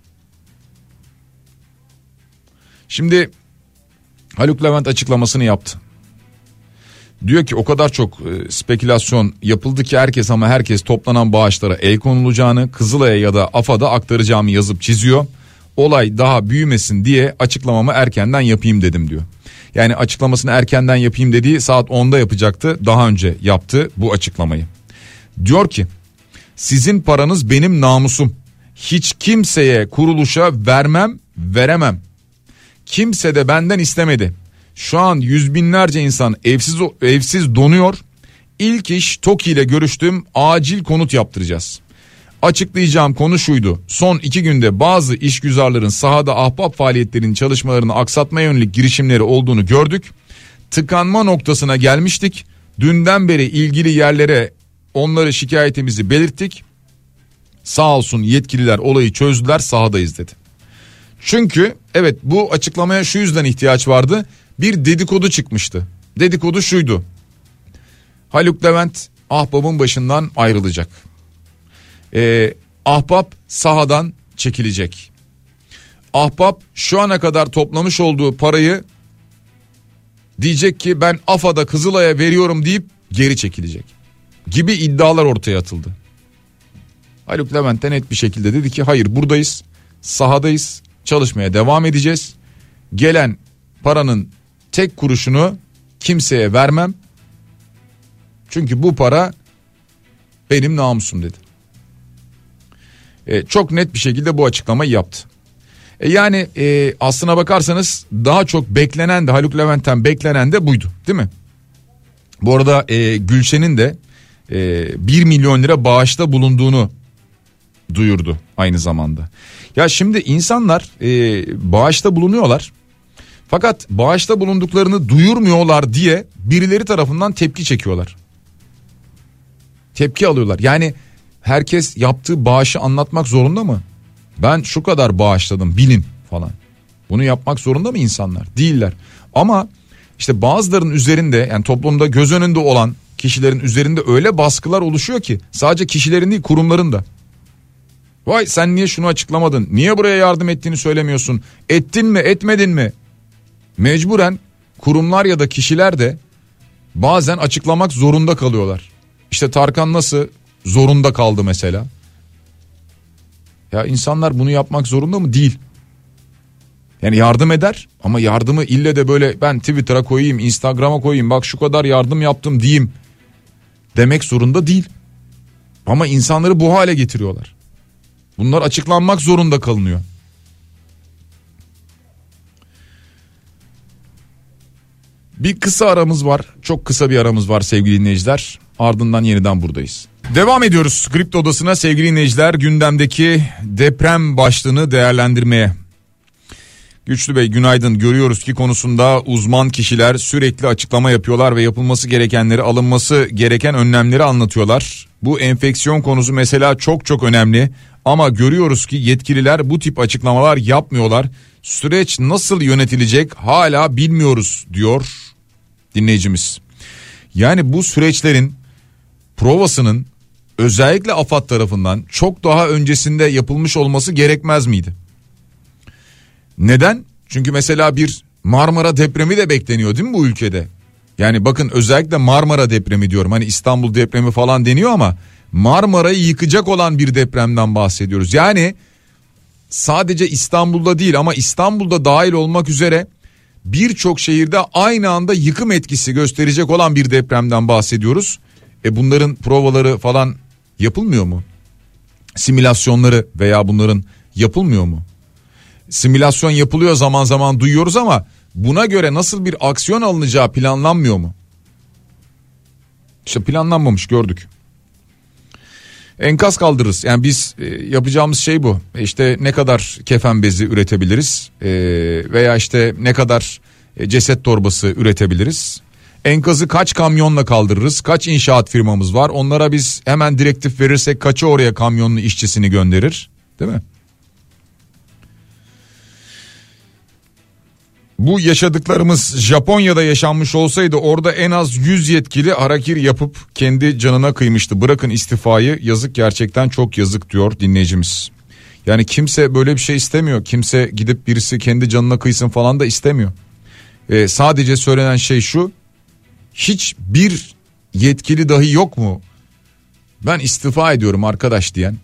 Şimdi Haluk Levent açıklamasını yaptı. Diyor ki o kadar çok e, spekülasyon yapıldı ki herkes ama herkes toplanan bağışlara el konulacağını, Kızılay'a ya da AFAD'a aktaracağımı yazıp çiziyor. Olay daha büyümesin diye açıklamamı erkenden yapayım dedim diyor. Yani açıklamasını erkenden yapayım dediği saat onda yapacaktı, daha önce yaptı bu açıklamayı. Diyor ki sizin paranız benim namusum, hiç kimseye, kuruluşa vermem, veremem. Kimse de benden istemedi. Şu an yüz binlerce insan evsiz evsiz donuyor. İlk iş TOKİ ile görüştüm, acil konut yaptıracağız. Açıklayacağım konu şuydu: son iki günde bazı işgüzarların sahada ahbap faaliyetlerinin çalışmalarını aksatmaya yönelik girişimleri olduğunu gördük. Tıkanma noktasına gelmiştik. Dünden beri ilgili yerlere onları şikayetimizi belirttik. Sağ olsun yetkililer olayı çözdüler, sahadayız dedi. Çünkü evet, bu açıklamaya şu yüzden ihtiyaç vardı. Bir dedikodu çıkmıştı. Dedikodu şuydu: Haluk Levent Ahbap'ın başından ayrılacak. Ee, Ahbap sahadan çekilecek. Ahbap şu ana kadar toplamış olduğu parayı diyecek ki ben AFAD'a, Kızılay'a veriyorum deyip geri çekilecek gibi iddialar ortaya atıldı. Haluk Levent de net bir şekilde dedi ki hayır, buradayız, sahadayız, çalışmaya devam edeceğiz. Gelen paranın tek kuruşunu kimseye vermem. Çünkü bu para benim namusum dedi. E, çok net bir şekilde bu açıklamayı yaptı. E, yani e, aslına bakarsanız daha çok beklenen de, Haluk Levent'ten beklenen de buydu, değil mi? Bu arada e, Gülşen'in de e, bir milyon lira bağışta bulunduğunu duyurdu aynı zamanda. Ya şimdi insanlar e, bağışta bulunuyorlar. Fakat bağışta bulunduklarını duyurmuyorlar diye birileri tarafından tepki çekiyorlar. Tepki alıyorlar. Yani herkes yaptığı bağışı anlatmak zorunda mı? Ben şu kadar bağışladım bilin falan. Bunu yapmak zorunda mı insanlar? Değiller. Ama işte bazılarının üzerinde, yani toplumda göz önünde olan kişilerin üzerinde öyle baskılar oluşuyor ki, sadece kişilerin değil, kurumların da. Vay sen niye şunu açıklamadın? Niye buraya yardım ettiğini söylemiyorsun? Ettin mi, etmedin mi? Mecburen kurumlar ya da kişiler de bazen açıklamak zorunda kalıyorlar. İşte Tarkan nasıl zorunda kaldı mesela? Ya insanlar bunu yapmak zorunda mı? Değil. Yani yardım eder ama yardımı ille de böyle ben Twitter'a koyayım, Instagram'a koyayım, bak şu kadar yardım yaptım diyeyim demek zorunda değil. Ama insanları bu hale getiriyorlar. Bunlar açıklanmak zorunda kalınıyor. Bir kısa aramız var. Çok kısa bir aramız var sevgili dinleyiciler. Ardından yeniden buradayız. Devam ediyoruz Kripto Odası'na sevgili dinleyiciler. Gündemdeki deprem başlığını değerlendirmeye. Güçlü Bey günaydın. Görüyoruz ki konusunda uzman kişiler sürekli açıklama yapıyorlar ve yapılması gerekenleri, alınması gereken önlemleri anlatıyorlar. Bu enfeksiyon konusu mesela çok çok önemli. Ama görüyoruz ki yetkililer bu tip açıklamalar yapmıyorlar. Süreç nasıl yönetilecek hala bilmiyoruz diyor dinleyicimiz. Yani bu süreçlerin provasının özellikle AFAD tarafından çok daha öncesinde yapılmış olması gerekmez miydi? Neden? Çünkü mesela bir Marmara depremi de bekleniyor değil mi bu ülkede? Yani bakın, özellikle Marmara depremi diyorum. Hani İstanbul depremi falan deniyor ama Marmara'yı yıkacak olan bir depremden bahsediyoruz. Yani sadece İstanbul'da değil ama İstanbul'da dahil olmak üzere birçok şehirde aynı anda yıkım etkisi gösterecek olan bir depremden bahsediyoruz. E bunların provaları falan Yapılmıyor mu? Simülasyonları veya bunların yapılmıyor mu? Simülasyon yapılıyor, zaman zaman duyuyoruz ama buna göre nasıl bir aksiyon alınacağı planlanmıyor mu? İşte planlanmamış, gördük. Enkaz kaldırırız. Yani biz e, yapacağımız şey bu. E işte ne kadar kefen bezi üretebiliriz e, veya işte ne kadar e, ceset torbası üretebiliriz. Enkazı kaç kamyonla kaldırırız? Kaç inşaat firmamız var? Onlara biz hemen direktif verirsek kaçı oraya kamyonlu işçisini gönderir? Değil mi? Bu yaşadıklarımız Japonya'da yaşanmış olsaydı orada en az yüz yetkili harakiri yapıp kendi canına kıymıştı. Bırakın istifayı, yazık, gerçekten çok yazık diyor dinleyicimiz. Yani kimse böyle bir şey istemiyor. Kimse gidip birisi kendi canına kıysın falan da istemiyor. Ee, sadece söylenen şey şu: hiçbir yetkili dahi yok mu ben istifa ediyorum arkadaş diyen?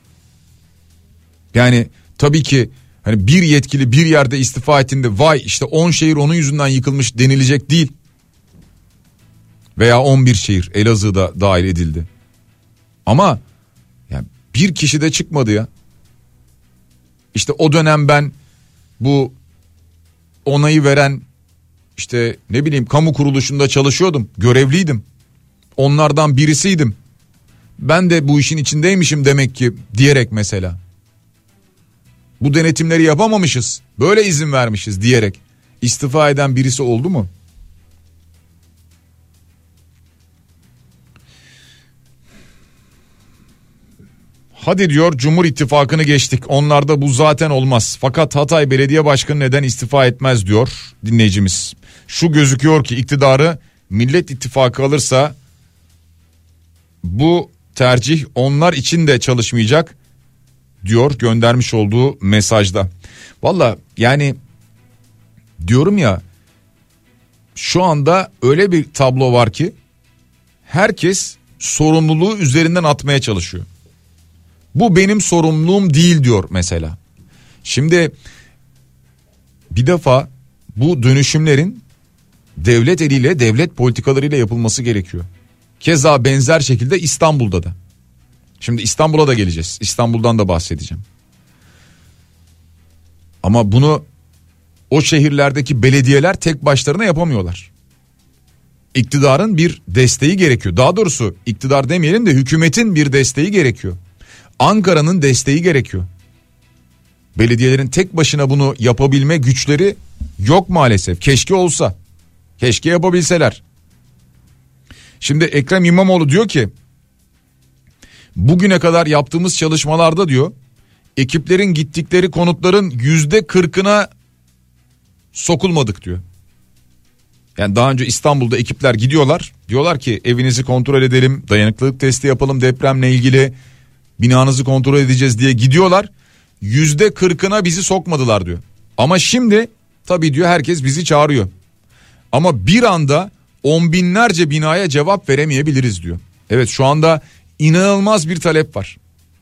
Yani tabii ki hani bir yetkili bir yerde istifa ettiğinde vay işte on şehir onun yüzünden yıkılmış denilecek değil. Veya on bir şehir, Elazığ'da dahil edildi. Ama yani bir kişi de çıkmadı ya. İşte o dönem ben bu onayı veren işte ne bileyim kamu kuruluşunda çalışıyordum, görevliydim. Onlardan birisiydim. Ben de bu işin içindeymişim demek ki diyerek mesela. Bu denetimleri yapamamışız, böyle izin vermişiz diyerek istifa eden birisi oldu mu? Hadi diyor Cumhur İttifakı'nı geçtik, onlarda bu zaten olmaz. Fakat Hatay Belediye Başkanı neden istifa etmez diyor dinleyicimiz. Şu gözüküyor ki iktidarı Millet İttifakı alırsa bu tercih onlar için de çalışmayacak diyor göndermiş olduğu mesajda. Valla yani diyorum ya, şu anda öyle bir tablo var ki herkes sorumluluğu üzerinden atmaya çalışıyor. Bu benim sorumluluğum değil diyor mesela. Şimdi bir defa bu dönüşümlerin devlet eliyle, devlet politikalarıyla yapılması gerekiyor. Keza benzer şekilde İstanbul'da da. Şimdi İstanbul'a da geleceğiz. İstanbul'dan da bahsedeceğim. Ama bunu o şehirlerdeki belediyeler tek başlarına yapamıyorlar. İktidarın bir desteği gerekiyor. Daha doğrusu iktidar demeyelim de hükümetin bir desteği gerekiyor. Ankara'nın desteği gerekiyor. Belediyelerin tek başına bunu yapabilme güçleri yok maalesef. Keşke olsa. Keşke yapabilseler. Şimdi Ekrem İmamoğlu diyor ki bugüne kadar yaptığımız çalışmalarda diyor ekiplerin gittikleri konutların yüzde kırkına sokulmadık diyor. Yani daha önce İstanbul'da ekipler gidiyorlar, diyorlar ki evinizi kontrol edelim, dayanıklılık testi yapalım, depremle ilgili binanızı kontrol edeceğiz diye gidiyorlar. Yüzde kırkına bizi sokmadılar diyor. Ama şimdi tabii diyor herkes bizi çağırıyor. Ama bir anda on binlerce binaya cevap veremeyebiliriz diyor. Evet, şu anda inanılmaz bir talep var.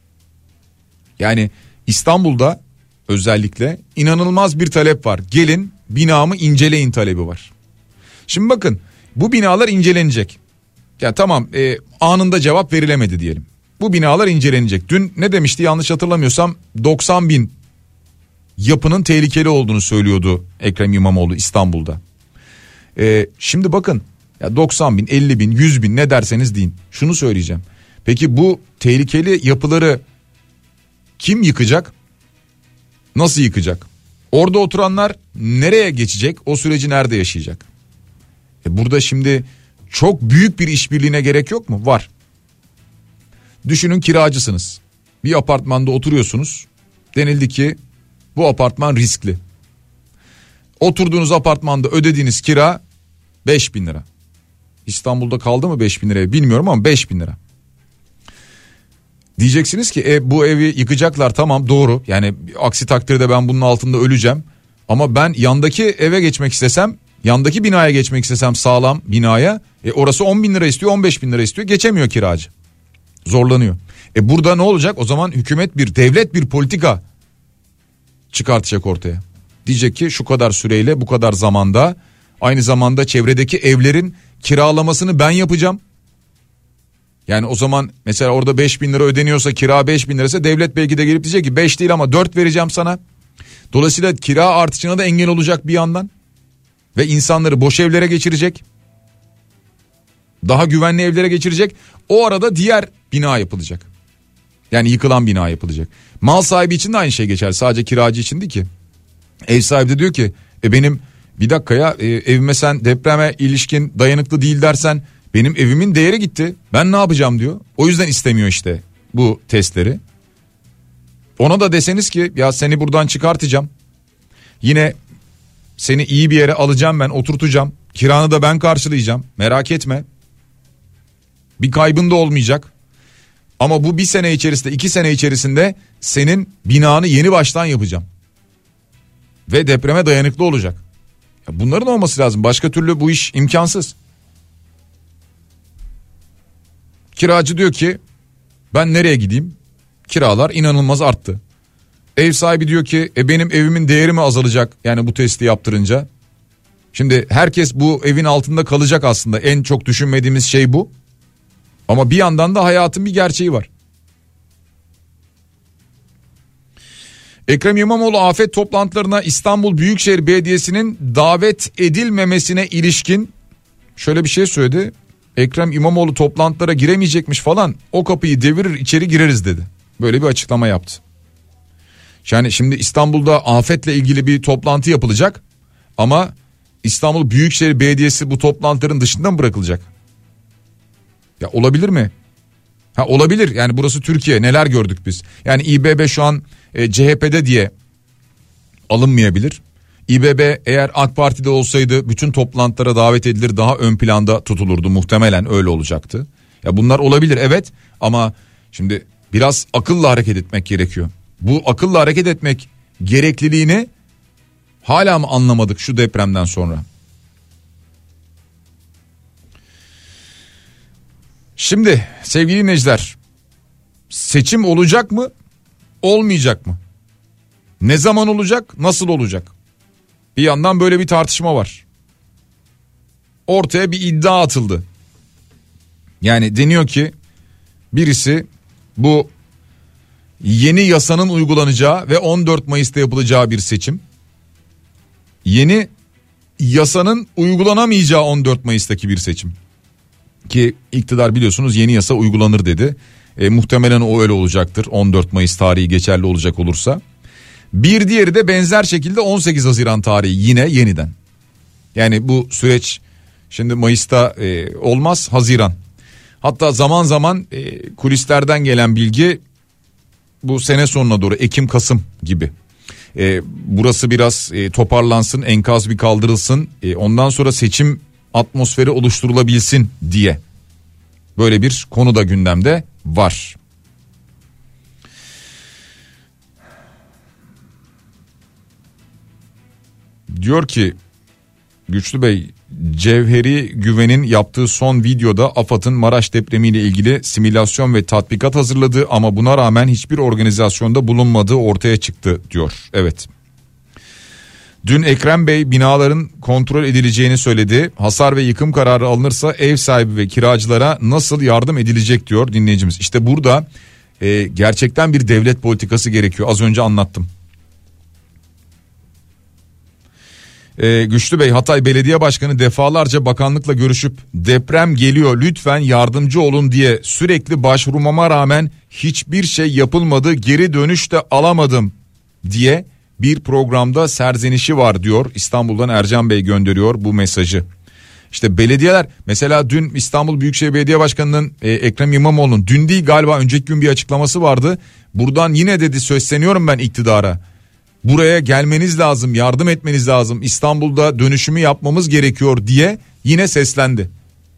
Yani İstanbul'da özellikle inanılmaz bir talep var. Gelin binamı inceleyin talebi var. Şimdi bakın, bu binalar incelenecek. Yani tamam, e, anında cevap verilemedi diyelim. Bu binalar incelenecek. Dün ne demişti yanlış hatırlamıyorsam doksan bin yapının tehlikeli olduğunu söylüyordu Ekrem İmamoğlu İstanbul'da. E, şimdi bakın ya doksan bin, elli bin, yüz bin ne derseniz deyin. Şunu söyleyeceğim. Peki bu tehlikeli yapıları kim yıkacak? Nasıl yıkacak? Orada oturanlar nereye geçecek? O süreci nerede yaşayacak? E burada şimdi çok büyük bir işbirliğine gerek yok mu? Var. Düşünün, kiracısınız. Bir apartmanda oturuyorsunuz. Denildi ki bu apartman riskli. Oturduğunuz apartmanda ödediğiniz kira beş bin lira. İstanbul'da kaldı mı beş bin liraya bilmiyorum ama beş bin lira. Diyeceksiniz ki e, bu evi yıkacaklar, tamam doğru. Yani aksi takdirde ben bunun altında öleceğim. Ama ben yandaki eve geçmek istesem, yandaki binaya geçmek istesem sağlam binaya, e, orası on bin lira istiyor, on beş bin lira istiyor, geçemiyor kiracı. Zorlanıyor. E burada ne olacak? O zaman hükümet bir, devlet bir politika çıkartacak ortaya. Diyecek ki şu kadar süreyle bu kadar zamanda, aynı zamanda çevredeki evlerin kiralamasını ben yapacağım. Yani o zaman mesela orada beş bin lira ödeniyorsa, kira beş bin liraysa devlet belki de gelip diyecek ki beş değil ama dört vereceğim sana. Dolayısıyla kira artışına da engel olacak bir yandan. Ve insanları boş evlere geçirecek. Daha güvenli evlere geçirecek. O arada diğer bina yapılacak. Yani yıkılan bina yapılacak. Mal sahibi için de aynı şey geçer. Sadece kiracı için değil ki. Ev sahibi de diyor ki e benim bir dakika ya e, evime sen depreme ilişkin dayanıklı değil dersen benim evimin değeri gitti. Ben ne yapacağım diyor. O yüzden istemiyor işte bu testleri. Ona da deseniz ki ya seni buradan çıkartacağım. Yine seni iyi bir yere alacağım, ben oturtacağım. Kiranı da ben karşılayacağım. Merak etme. Bir kaybın da olmayacak. Ama bu bir sene içerisinde, iki sene içerisinde senin binanı yeni baştan yapacağım. Ve depreme dayanıklı olacak. Ya bunların olması lazım. Başka türlü bu iş imkansız. Kiracı diyor ki ben nereye gideyim? Kiralar inanılmaz arttı. Ev sahibi diyor ki e benim evimin değeri mi azalacak yani bu testi yaptırınca? Şimdi herkes bu evin altında kalacak aslında. En çok düşünmediğimiz şey bu. Ama bir yandan da hayatın bir gerçeği var. Ekrem İmamoğlu afet toplantılarına İstanbul Büyükşehir Belediyesi'nin davet edilmemesine ilişkin şöyle bir şey söyledi. Ekrem İmamoğlu toplantılara giremeyecekmiş falan, o kapıyı devirir içeri gireriz dedi. Böyle bir açıklama yaptı. Yani şimdi İstanbul'da afetle ilgili bir toplantı yapılacak ama İstanbul Büyükşehir Belediyesi bu toplantıların dışında mı bırakılacak? Ya olabilir mi? Ha olabilir, yani burası Türkiye, neler gördük biz. Yani İBB şu an e, C H P'de diye alınmayabilir. İBB eğer AK Parti'de olsaydı bütün toplantılara davet edilir, daha ön planda tutulurdu, muhtemelen öyle olacaktı. Ya bunlar olabilir evet, ama şimdi biraz akılla hareket etmek gerekiyor. Bu akılla hareket etmek gerekliliğini hala mı anlamadık şu depremden sonra? Şimdi sevgili dinleyiciler, seçim olacak mı, olmayacak mı? Ne zaman olacak, nasıl olacak? Bir yandan böyle bir tartışma var. Ortaya bir iddia atıldı. Yani deniyor ki birisi bu yeni yasanın uygulanacağı ve on dört Mayıs'ta yapılacağı bir seçim, yeni yasanın uygulanamayacağı on dört Mayıs'taki bir seçim. Ki iktidar biliyorsunuz yeni yasa uygulanır dedi. E, muhtemelen o öyle olacaktır, on dört Mayıs tarihi geçerli olacak olursa. Bir diğeri de benzer şekilde on sekiz Haziran tarihi, yine yeniden. Yani bu süreç şimdi Mayıs'ta e, olmaz, Haziran. Hatta zaman zaman e, kulislerden gelen bilgi bu sene sonuna doğru, Ekim-Kasım gibi. E, burası biraz e, toparlansın, enkaz bir kaldırılsın, e, ondan sonra seçim atmosferi oluşturulabilsin diye. Böyle bir konu da gündemde var. Diyor ki Güçlü Bey, Cevheri Güven'in yaptığı son videoda AFAD'ın Maraş depremiyle ilgili simülasyon ve tatbikat hazırladığı ama buna rağmen hiçbir organizasyonda bulunmadığı ortaya çıktı diyor. Evet. Dün Ekrem Bey binaların kontrol edileceğini söyledi. Hasar ve yıkım kararı alınırsa ev sahibi ve kiracılara nasıl yardım edilecek diyor dinleyicimiz. İşte burada e, gerçekten bir devlet politikası gerekiyor. Az önce anlattım. Ee, Güçlü Bey, Hatay Belediye Başkanı defalarca bakanlıkla görüşüp deprem geliyor lütfen yardımcı olun diye sürekli başvurmama rağmen hiçbir şey yapılmadı, geri dönüş de alamadım diye bir programda serzenişi var diyor. İstanbul'dan Ercan Bey gönderiyor bu mesajı. İşte belediyeler, mesela dün İstanbul Büyükşehir Belediye Başkanı'nın e, Ekrem İmamoğlu'nun dün değil galiba önceki gün bir açıklaması vardı. Buradan yine dedi sesleniyorum ben iktidara. Buraya gelmeniz lazım, yardım etmeniz lazım, İstanbul'da dönüşümü yapmamız gerekiyor diye yine seslendi.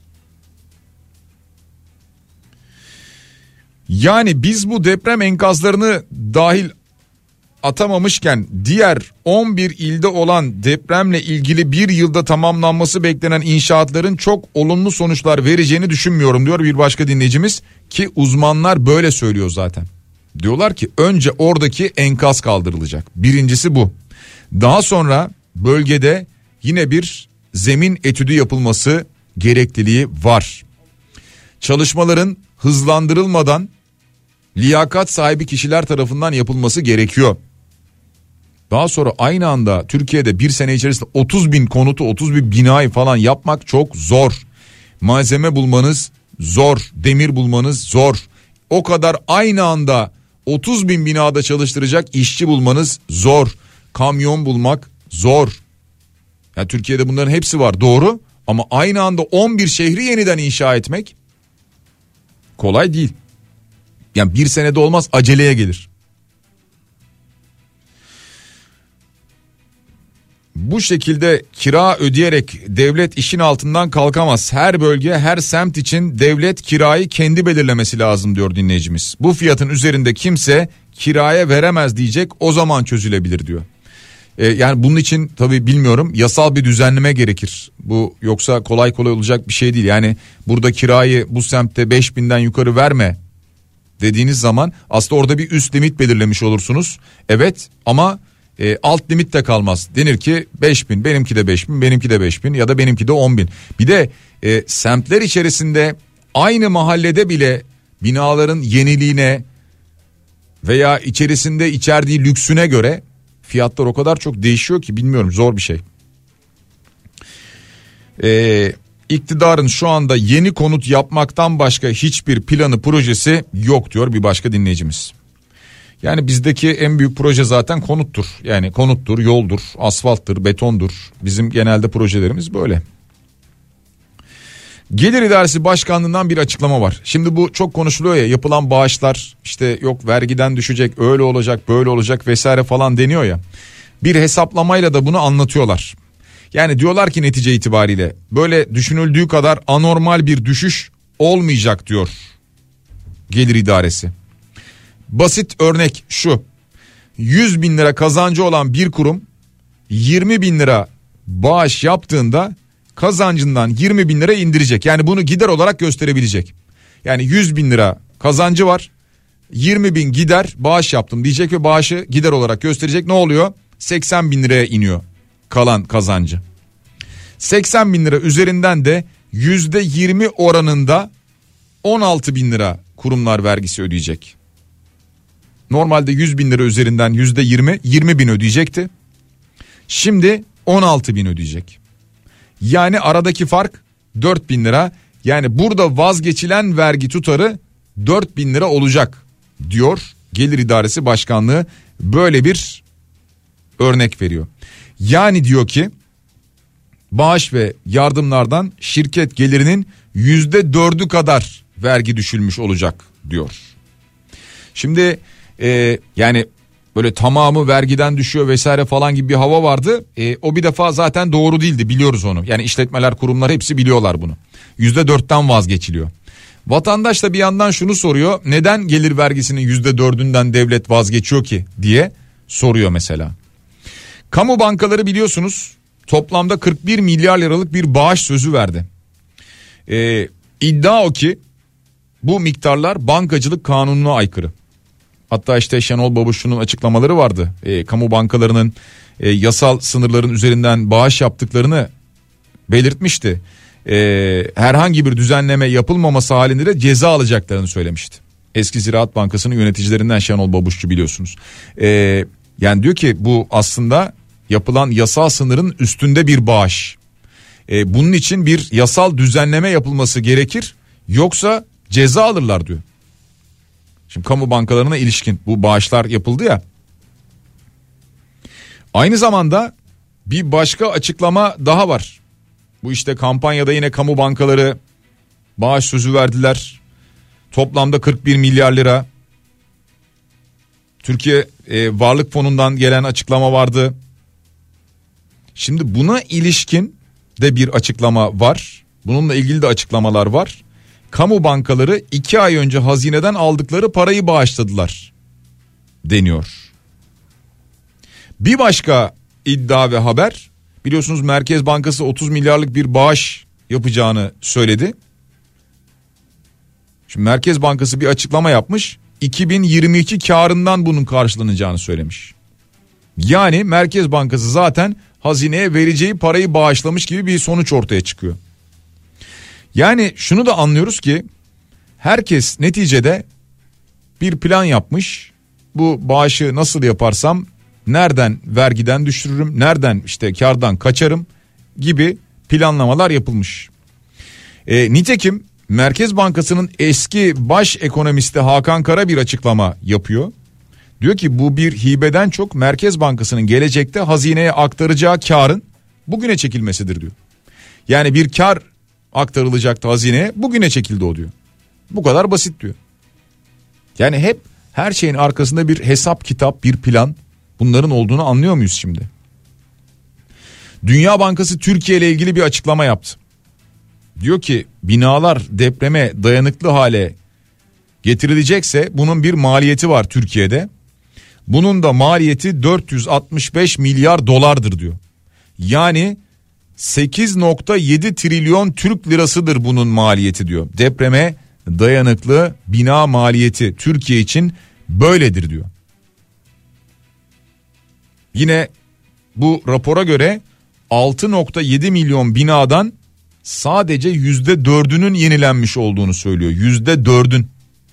Yani biz bu deprem enkazlarını dahil atamamışken diğer on bir ilde olan depremle ilgili bir yılda tamamlanması beklenen inşaatların çok olumlu sonuçlar vereceğini düşünmüyorum diyor bir başka dinleyicimiz, ki uzmanlar böyle söylüyor zaten. Diyorlar ki önce oradaki enkaz kaldırılacak. Birincisi bu. Daha sonra bölgede yine bir zemin etüdü yapılması gerekliliği var. Çalışmaların hızlandırılmadan liyakat sahibi kişiler tarafından yapılması gerekiyor. Daha sonra aynı anda Türkiye'de bir sene içerisinde otuz bin konutu, otuz bin binayı falan yapmak çok zor. Malzeme bulmanız zor, demir bulmanız zor. O kadar aynı anda otuz bin binada çalıştıracak işçi bulmanız zor. Kamyon bulmak zor. Yani Türkiye'de bunların hepsi var, doğru, ama aynı anda on bir şehri yeniden inşa etmek kolay değil. Yani bir senede olmaz, aceleye gelir. Bu şekilde kira ödeyerek devlet işin altından kalkamaz. Her bölge, her semt için devlet kirayı kendi belirlemesi lazım diyor dinleyicimiz. Bu fiyatın üzerinde kimse kiraya veremez diyecek, o zaman çözülebilir diyor. Ee, yani bunun için tabii bilmiyorum, yasal bir düzenleme gerekir. Bu yoksa kolay kolay olacak bir şey değil. Yani burada kirayı bu semtte beş binden yukarı verme dediğiniz zaman aslında orada bir üst limit belirlemiş olursunuz. Evet, ama e, alt limit de kalmaz. Denir ki beş bin, benimki de beş bin, benimki de beş bin ya da benimki de on bin. Bir de e, semtler içerisinde aynı mahallede bile binaların yeniliğine veya içerisinde içerdiği lüksüne göre fiyatlar o kadar çok değişiyor ki bilmiyorum, zor bir şey. Ee, iktidarın şu anda yeni konut yapmaktan başka hiçbir planı, projesi yok diyor bir başka dinleyicimiz. Yani bizdeki en büyük proje zaten konuttur. Yani konuttur, yoldur, asfalttır, betondur. Bizim genelde projelerimiz böyle. Gelir İdaresi Başkanlığı'ndan bir açıklama var. Şimdi bu çok konuşuluyor ya, yapılan bağışlar işte yok vergiden düşecek, öyle olacak, böyle olacak vesaire falan deniyor ya. Bir hesaplamayla da bunu anlatıyorlar. Yani diyorlar ki netice itibariyle böyle düşünüldüğü kadar anormal bir düşüş olmayacak diyor Gelir İdaresi. Basit örnek şu: yüz bin lira kazancı olan bir kurum yirmi bin lira bağış yaptığında kazancından yirmi bin lira indirecek. Yani bunu gider olarak gösterebilecek. Yani yüz bin lira kazancı var, yirmi bin gider bağış yaptım diyecek ve bağışı gider olarak gösterecek. Ne oluyor? seksen bin liraya iniyor kalan kazancı. seksen bin lira üzerinden de yüzde yirmi oranında on altı bin lira kurumlar vergisi ödeyecek. Normalde yüz bin lira üzerinden yüzde yirmi, yirmi bin ödeyecekti. Şimdi on altı bin ödeyecek. Yani aradaki fark dört bin lira. Yani burada vazgeçilen vergi tutarı dört bin lira olacak diyor Gelir İdaresi Başkanlığı, böyle bir örnek veriyor. Yani diyor ki bağış ve yardımlardan şirket gelirinin yüzde dördü kadar vergi düşülmüş olacak diyor. Şimdi e, yani böyle tamamı vergiden düşüyor vesaire falan gibi bir hava vardı. E, o bir defa zaten doğru değildi, biliyoruz onu. Yani işletmeler, kurumlar hepsi biliyorlar bunu. yüzde dörtten vazgeçiliyor. Vatandaş da bir yandan şunu soruyor: neden gelir vergisinin yüzde dördünden devlet vazgeçiyor ki diye soruyor mesela. Kamu bankaları biliyorsunuz toplamda kırk bir milyar liralık bir bağış sözü verdi. E, iddia o ki bu miktarlar bankacılık kanununa aykırı. Hatta işte Şenol Babuşlu'nun açıklamaları vardı. E, kamu bankalarının e, yasal sınırların üzerinden bağış yaptıklarını belirtmişti. E, herhangi bir düzenleme yapılmaması halinde de ceza alacaklarını söylemişti. Eski Ziraat Bankası'nın yöneticilerinden Şenol Babuşlu, biliyorsunuz. E, yani diyor ki bu aslında yapılan yasal sınırın üstünde bir bağış. E, bunun için bir yasal düzenleme yapılması gerekir, yoksa ceza alırlar diyor. Şimdi kamu bankalarına ilişkin bu bağışlar yapıldı ya. Aynı zamanda bir başka açıklama daha var. Bu işte kampanyada yine kamu bankaları bağış sözü verdiler. Toplamda kırk bir milyar lira. Türkiye e, Varlık Fonu'ndan gelen açıklama vardı. Şimdi buna ilişkin de bir açıklama var. Bununla ilgili de açıklamalar var. Kamu bankaları iki ay önce hazineden aldıkları parayı bağışladılar deniyor. Bir başka iddia ve haber, biliyorsunuz Merkez Bankası otuz milyarlık bir bağış yapacağını söyledi. Şimdi Merkez Bankası bir açıklama yapmış, iki bin yirmi iki karından bunun karşılanacağını söylemiş. Yani Merkez Bankası zaten hazineye vereceği parayı bağışlamış gibi bir sonuç ortaya çıkıyor. Yani şunu da anlıyoruz ki Herkes neticede bir plan yapmış. Bu bağışı nasıl yaparsam nereden vergiden düşürürüm, nereden işte kardan kaçarım gibi planlamalar yapılmış. E, nitekim Merkez Bankası'nın eski baş ekonomisti Hakan Kara bir açıklama yapıyor. Diyor ki bu bir hibeden çok Merkez Bankası'nın gelecekte hazineye aktaracağı karın bugüne çekilmesidir diyor. Yani bir kar aktarılacaktı hazineye, bugüne çekildi o diyor. Bu kadar basit diyor. Yani hep her şeyin arkasında bir hesap kitap, bir plan, bunların olduğunu anlıyor muyuz şimdi? Dünya Bankası Türkiye ile ilgili bir açıklama yaptı. Diyor ki binalar depreme dayanıklı hale getirilecekse bunun bir maliyeti var Türkiye'de. Bunun da maliyeti dört yüz altmış beş milyar dolardır diyor. Yani sekiz nokta yedi trilyon Türk lirasıdır bunun maliyeti diyor. Depreme dayanıklı bina maliyeti Türkiye için böyledir diyor. Yine bu rapora göre altı nokta yedi milyon binadan sadece yüzde dördünün yenilenmiş olduğunu söylüyor. Yüzde dördün.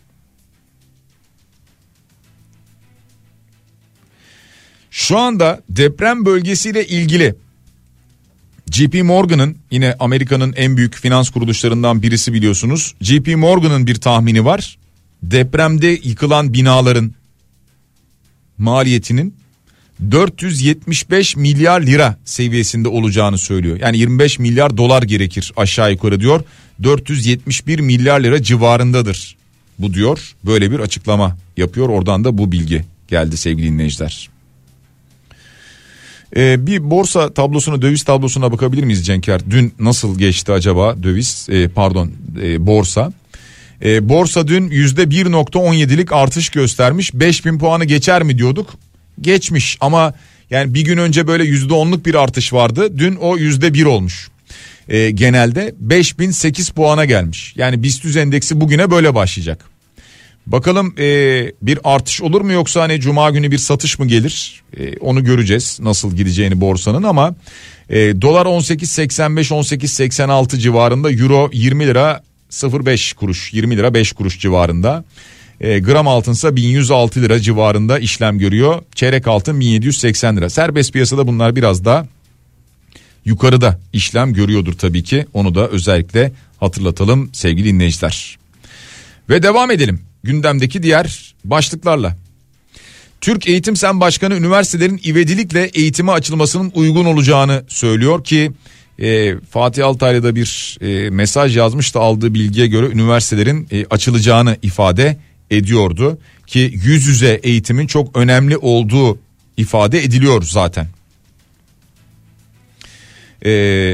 Şu anda deprem bölgesiyle ilgili J P Morgan'ın, yine Amerika'nın en büyük finans kuruluşlarından birisi biliyorsunuz. J P Morgan'ın bir tahmini var. Depremde yıkılan binaların maliyetinin dört yüz yetmiş beş milyar lira seviyesinde olacağını söylüyor. Yani yirmi beş milyar dolar gerekir aşağı yukarı diyor. dört yüz yetmiş bir milyar lira civarındadır bu diyor. Böyle bir açıklama yapıyor. Oradan da bu bilgi geldi sevgili dinleyiciler. Ee, bir borsa tablosuna, döviz tablosuna bakabilir miyiz Cenker? Dün nasıl geçti acaba döviz, e, pardon e, borsa? E, borsa dün yüzde bir nokta on yedilik artış göstermiş. beş bin puanı geçer mi diyorduk? Geçmiş ama yani bir gün önce böyle yüzde onluk bir artış vardı. Dün o yüzde bir olmuş. E, genelde beş bin sekiz puana gelmiş. Yani BIST endeksi bugüne böyle başlayacak. Bakalım e, bir artış olur mu yoksa hani cuma günü bir satış mı gelir? E, onu göreceğiz nasıl gideceğini borsanın ama e, dolar on sekiz seksen beş on sekiz seksen altı civarında, euro yirmi lira sıfır beş kuruş, yirmi lira beş kuruş civarında. E, gram altınsa bin yüz altı lira civarında işlem görüyor. Çeyrek altın bin yedi yüz seksen lira. Serbest piyasada bunlar biraz daha yukarıda işlem görüyordur tabii ki. Onu da özellikle hatırlatalım sevgili dinleyiciler. Ve devam edelim gündemdeki diğer başlıklarla. Türk Eğitim Sen Başkanı üniversitelerin ivedilikle eğitime açılmasının uygun olacağını söylüyor ki e, Fatih Altaylı da bir e, mesaj yazmış da aldığı bilgiye göre üniversitelerin e, açılacağını ifade ediyordu ki yüz yüze eğitimin çok önemli olduğu ifade ediliyor zaten. E,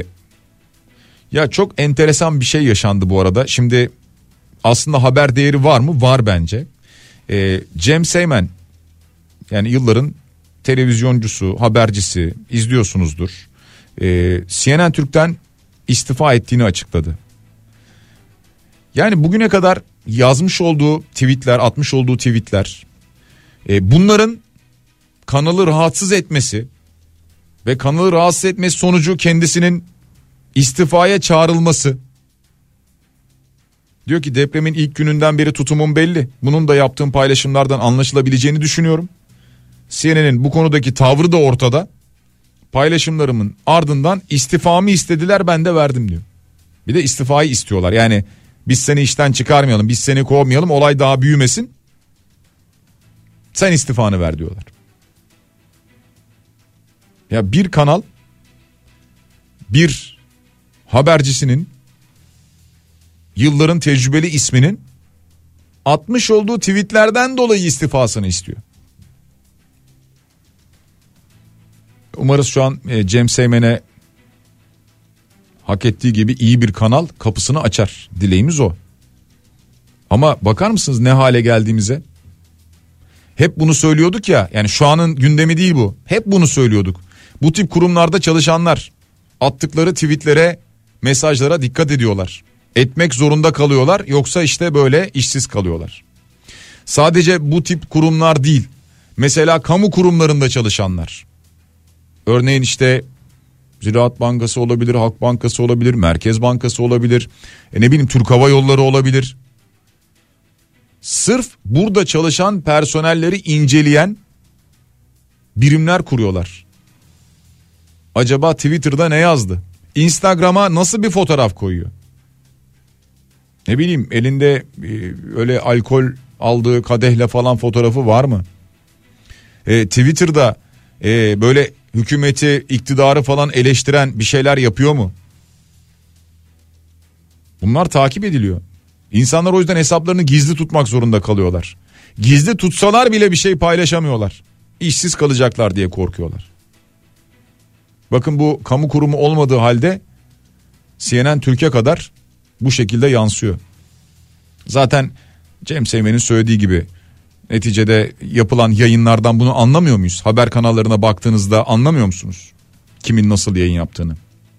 ya çok enteresan bir şey yaşandı bu arada. Şimdi aslında haber değeri var mı? Var bence. E, Cem Seymen, yani yılların televizyoncusu, habercisi, izliyorsunuzdur. E, C N N Türk'ten istifa ettiğini açıkladı. Yani bugüne kadar yazmış olduğu tweetler, atmış olduğu tweetler, e, bunların kanalı rahatsız etmesi ve kanalı rahatsız etmesi sonucu kendisinin istifaya çağrılması. Diyor ki depremin ilk gününden beri tutumum belli. Bunun da yaptığım paylaşımlardan anlaşılabileceğini düşünüyorum. C N N'in bu konudaki tavrı da ortada. Paylaşımlarımın ardından istifamı istediler, ben de verdim diyor. Bir de istifayı istiyorlar. Yani biz seni işten çıkarmayalım, biz seni kovmayalım, olay daha büyümesin. Sen istifanı ver diyorlar. Ya bir kanal bir habercisinin, yılların tecrübeli isminin atmış olduğu tweetlerden dolayı istifasını istiyor. Umarız şu an Cem Seymen'e hak ettiği gibi iyi bir kanal kapısını açar. Dileğimiz o. Ama bakar mısınız ne hale geldiğimize? Hep bunu söylüyorduk ya, yani şu anın gündemi değil bu. Hep bunu söylüyorduk. Bu tip kurumlarda çalışanlar attıkları tweetlere, mesajlara dikkat ediyorlar. Etmek zorunda kalıyorlar, yoksa işte böyle işsiz kalıyorlar. Sadece bu tip kurumlar değil. Mesela kamu kurumlarında çalışanlar. Örneğin işte Ziraat Bankası olabilir, Halk Bankası olabilir, Merkez Bankası olabilir, e ne bileyim Türk Hava Yolları olabilir. Sırf burada çalışan personelleri inceleyen birimler kuruyorlar. Acaba Twitter'da ne yazdı? Instagram'a nasıl bir fotoğraf koyuyor? Ne bileyim, elinde öyle alkol aldığı kadehle falan fotoğrafı var mı? E, Twitter'da e, böyle hükümeti, iktidarı falan eleştiren bir şeyler yapıyor mu? Bunlar takip ediliyor. İnsanlar o yüzden hesaplarını gizli tutmak zorunda kalıyorlar. Gizli tutsalar bile bir şey paylaşamıyorlar. İşsiz kalacaklar diye korkuyorlar. Bakın, bu kamu kurumu olmadığı halde C N N Türkiye kadar bu şekilde yansıyor. Zaten Cem Seymen'in söylediği gibi neticede yapılan yayınlardan bunu anlamıyor muyuz? Haber kanallarına baktığınızda anlamıyor musunuz kimin nasıl yayın yaptığını?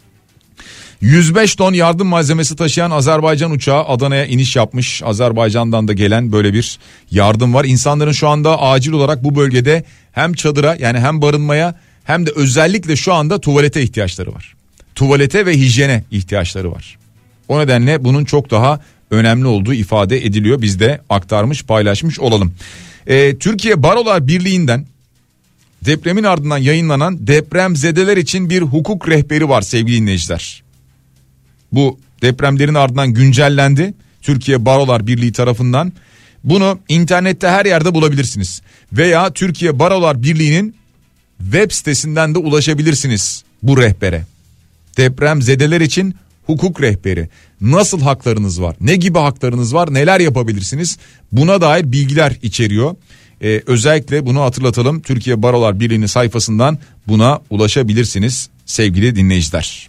yüz beş ton yardım malzemesi taşıyan Azerbaycan uçağı Adana'ya iniş yapmış. Azerbaycan'dan da gelen böyle bir yardım var. İnsanların şu anda acil olarak bu bölgede hem çadıra, yani hem barınmaya, hem de özellikle şu anda tuvalete ihtiyaçları var. Tuvalete ve hijyene ihtiyaçları var. O nedenle bunun çok daha önemli olduğu ifade ediliyor. Biz de aktarmış, paylaşmış olalım. Ee, Türkiye Barolar Birliği'nden depremin ardından yayınlanan depremzedeler için bir hukuk rehberi var sevgili dinleyiciler. Bu depremlerin ardından güncellendi Türkiye Barolar Birliği tarafından. Bunu internette her yerde bulabilirsiniz. Veya Türkiye Barolar Birliği'nin web sitesinden de ulaşabilirsiniz bu rehbere. Depremzedeler için hukuk rehberi. Nasıl haklarınız var? Ne gibi haklarınız var? Neler yapabilirsiniz? Buna dair bilgiler içeriyor. Ee, özellikle bunu hatırlatalım. Türkiye Barolar Birliği'nin sayfasından buna ulaşabilirsiniz sevgili dinleyiciler.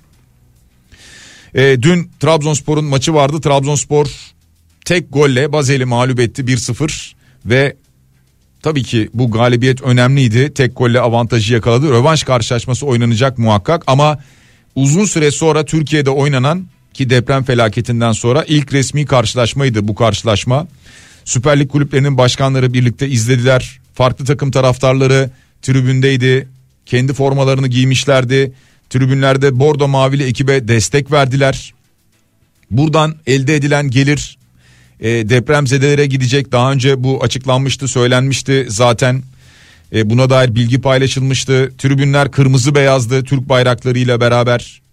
Ee, dün Trabzonspor'un maçı vardı. Trabzonspor tek golle Basel'i mağlup etti bir sıfır ve tabii ki bu galibiyet önemliydi. Tek golle avantajı yakaladı. Rövanş karşılaşması oynanacak muhakkak ama uzun süre sonra Türkiye'de oynanan, ki deprem felaketinden sonra ilk resmi karşılaşmaydı bu karşılaşma. Süper Lig kulüplerinin başkanları birlikte izlediler. Farklı takım taraftarları tribündeydi. Kendi formalarını giymişlerdi. Tribünlerde bordo mavili ekibe destek verdiler. Buradan elde edilen gelir e, depremzedelere gidecek. Daha önce bu açıklanmıştı, söylenmişti zaten. E, buna dair bilgi paylaşılmıştı. Tribünler kırmızı beyazdı Türk bayraklarıyla beraber.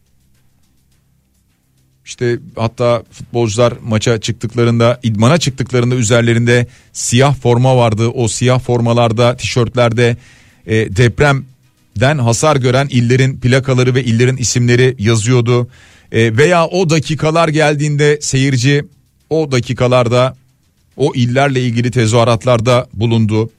İşte hatta futbolcular maça çıktıklarında, idmana çıktıklarında üzerlerinde siyah forma vardı. O siyah formalarda, tişörtlerde e, depremden hasar gören illerin plakaları ve illerin isimleri yazıyordu. E, veya o dakikalar geldiğinde seyirci o dakikalarda o illerle ilgili tezahüratlarda bulundu.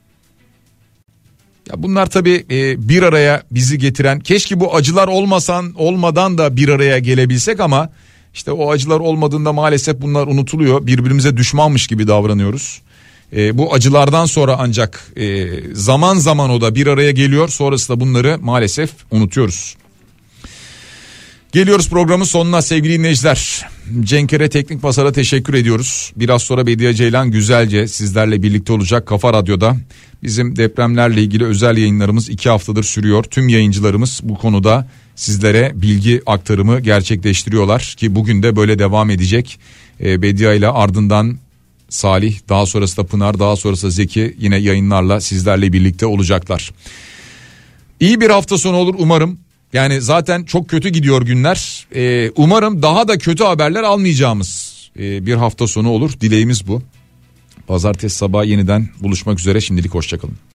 Ya bunlar tabii e, bir araya bizi getiren, keşke bu acılar olmasan olmadan da bir araya gelebilsek ama işte o acılar olmadığında maalesef bunlar unutuluyor. Birbirimize düşmanmış gibi davranıyoruz. E, bu acılardan sonra ancak e, zaman zaman o da bir araya geliyor. Sonrasında bunları maalesef unutuyoruz. Geliyoruz programın sonuna sevgili dinleyiciler. Cenkere Teknik Masar'a teşekkür ediyoruz. Biraz sonra Bediye Ceylan güzelce sizlerle birlikte olacak Kafa Radyo'da. Bizim depremlerle ilgili özel yayınlarımız iki haftadır sürüyor. Tüm yayıncılarımız bu konuda sizlere bilgi aktarımı gerçekleştiriyorlar ki bugün de böyle devam edecek. Ee, Bediye ile ardından Salih, daha sonrasında Pınar, daha sonrasında Zeki yine yayınlarla sizlerle birlikte olacaklar. İyi bir hafta sonu olur umarım. Yani zaten çok kötü gidiyor günler. Ee, umarım daha da kötü haberler almayacağımız ee, bir hafta sonu olur. Dileğimiz bu. Pazartesi sabahı yeniden buluşmak üzere. Şimdilik hoşçakalın.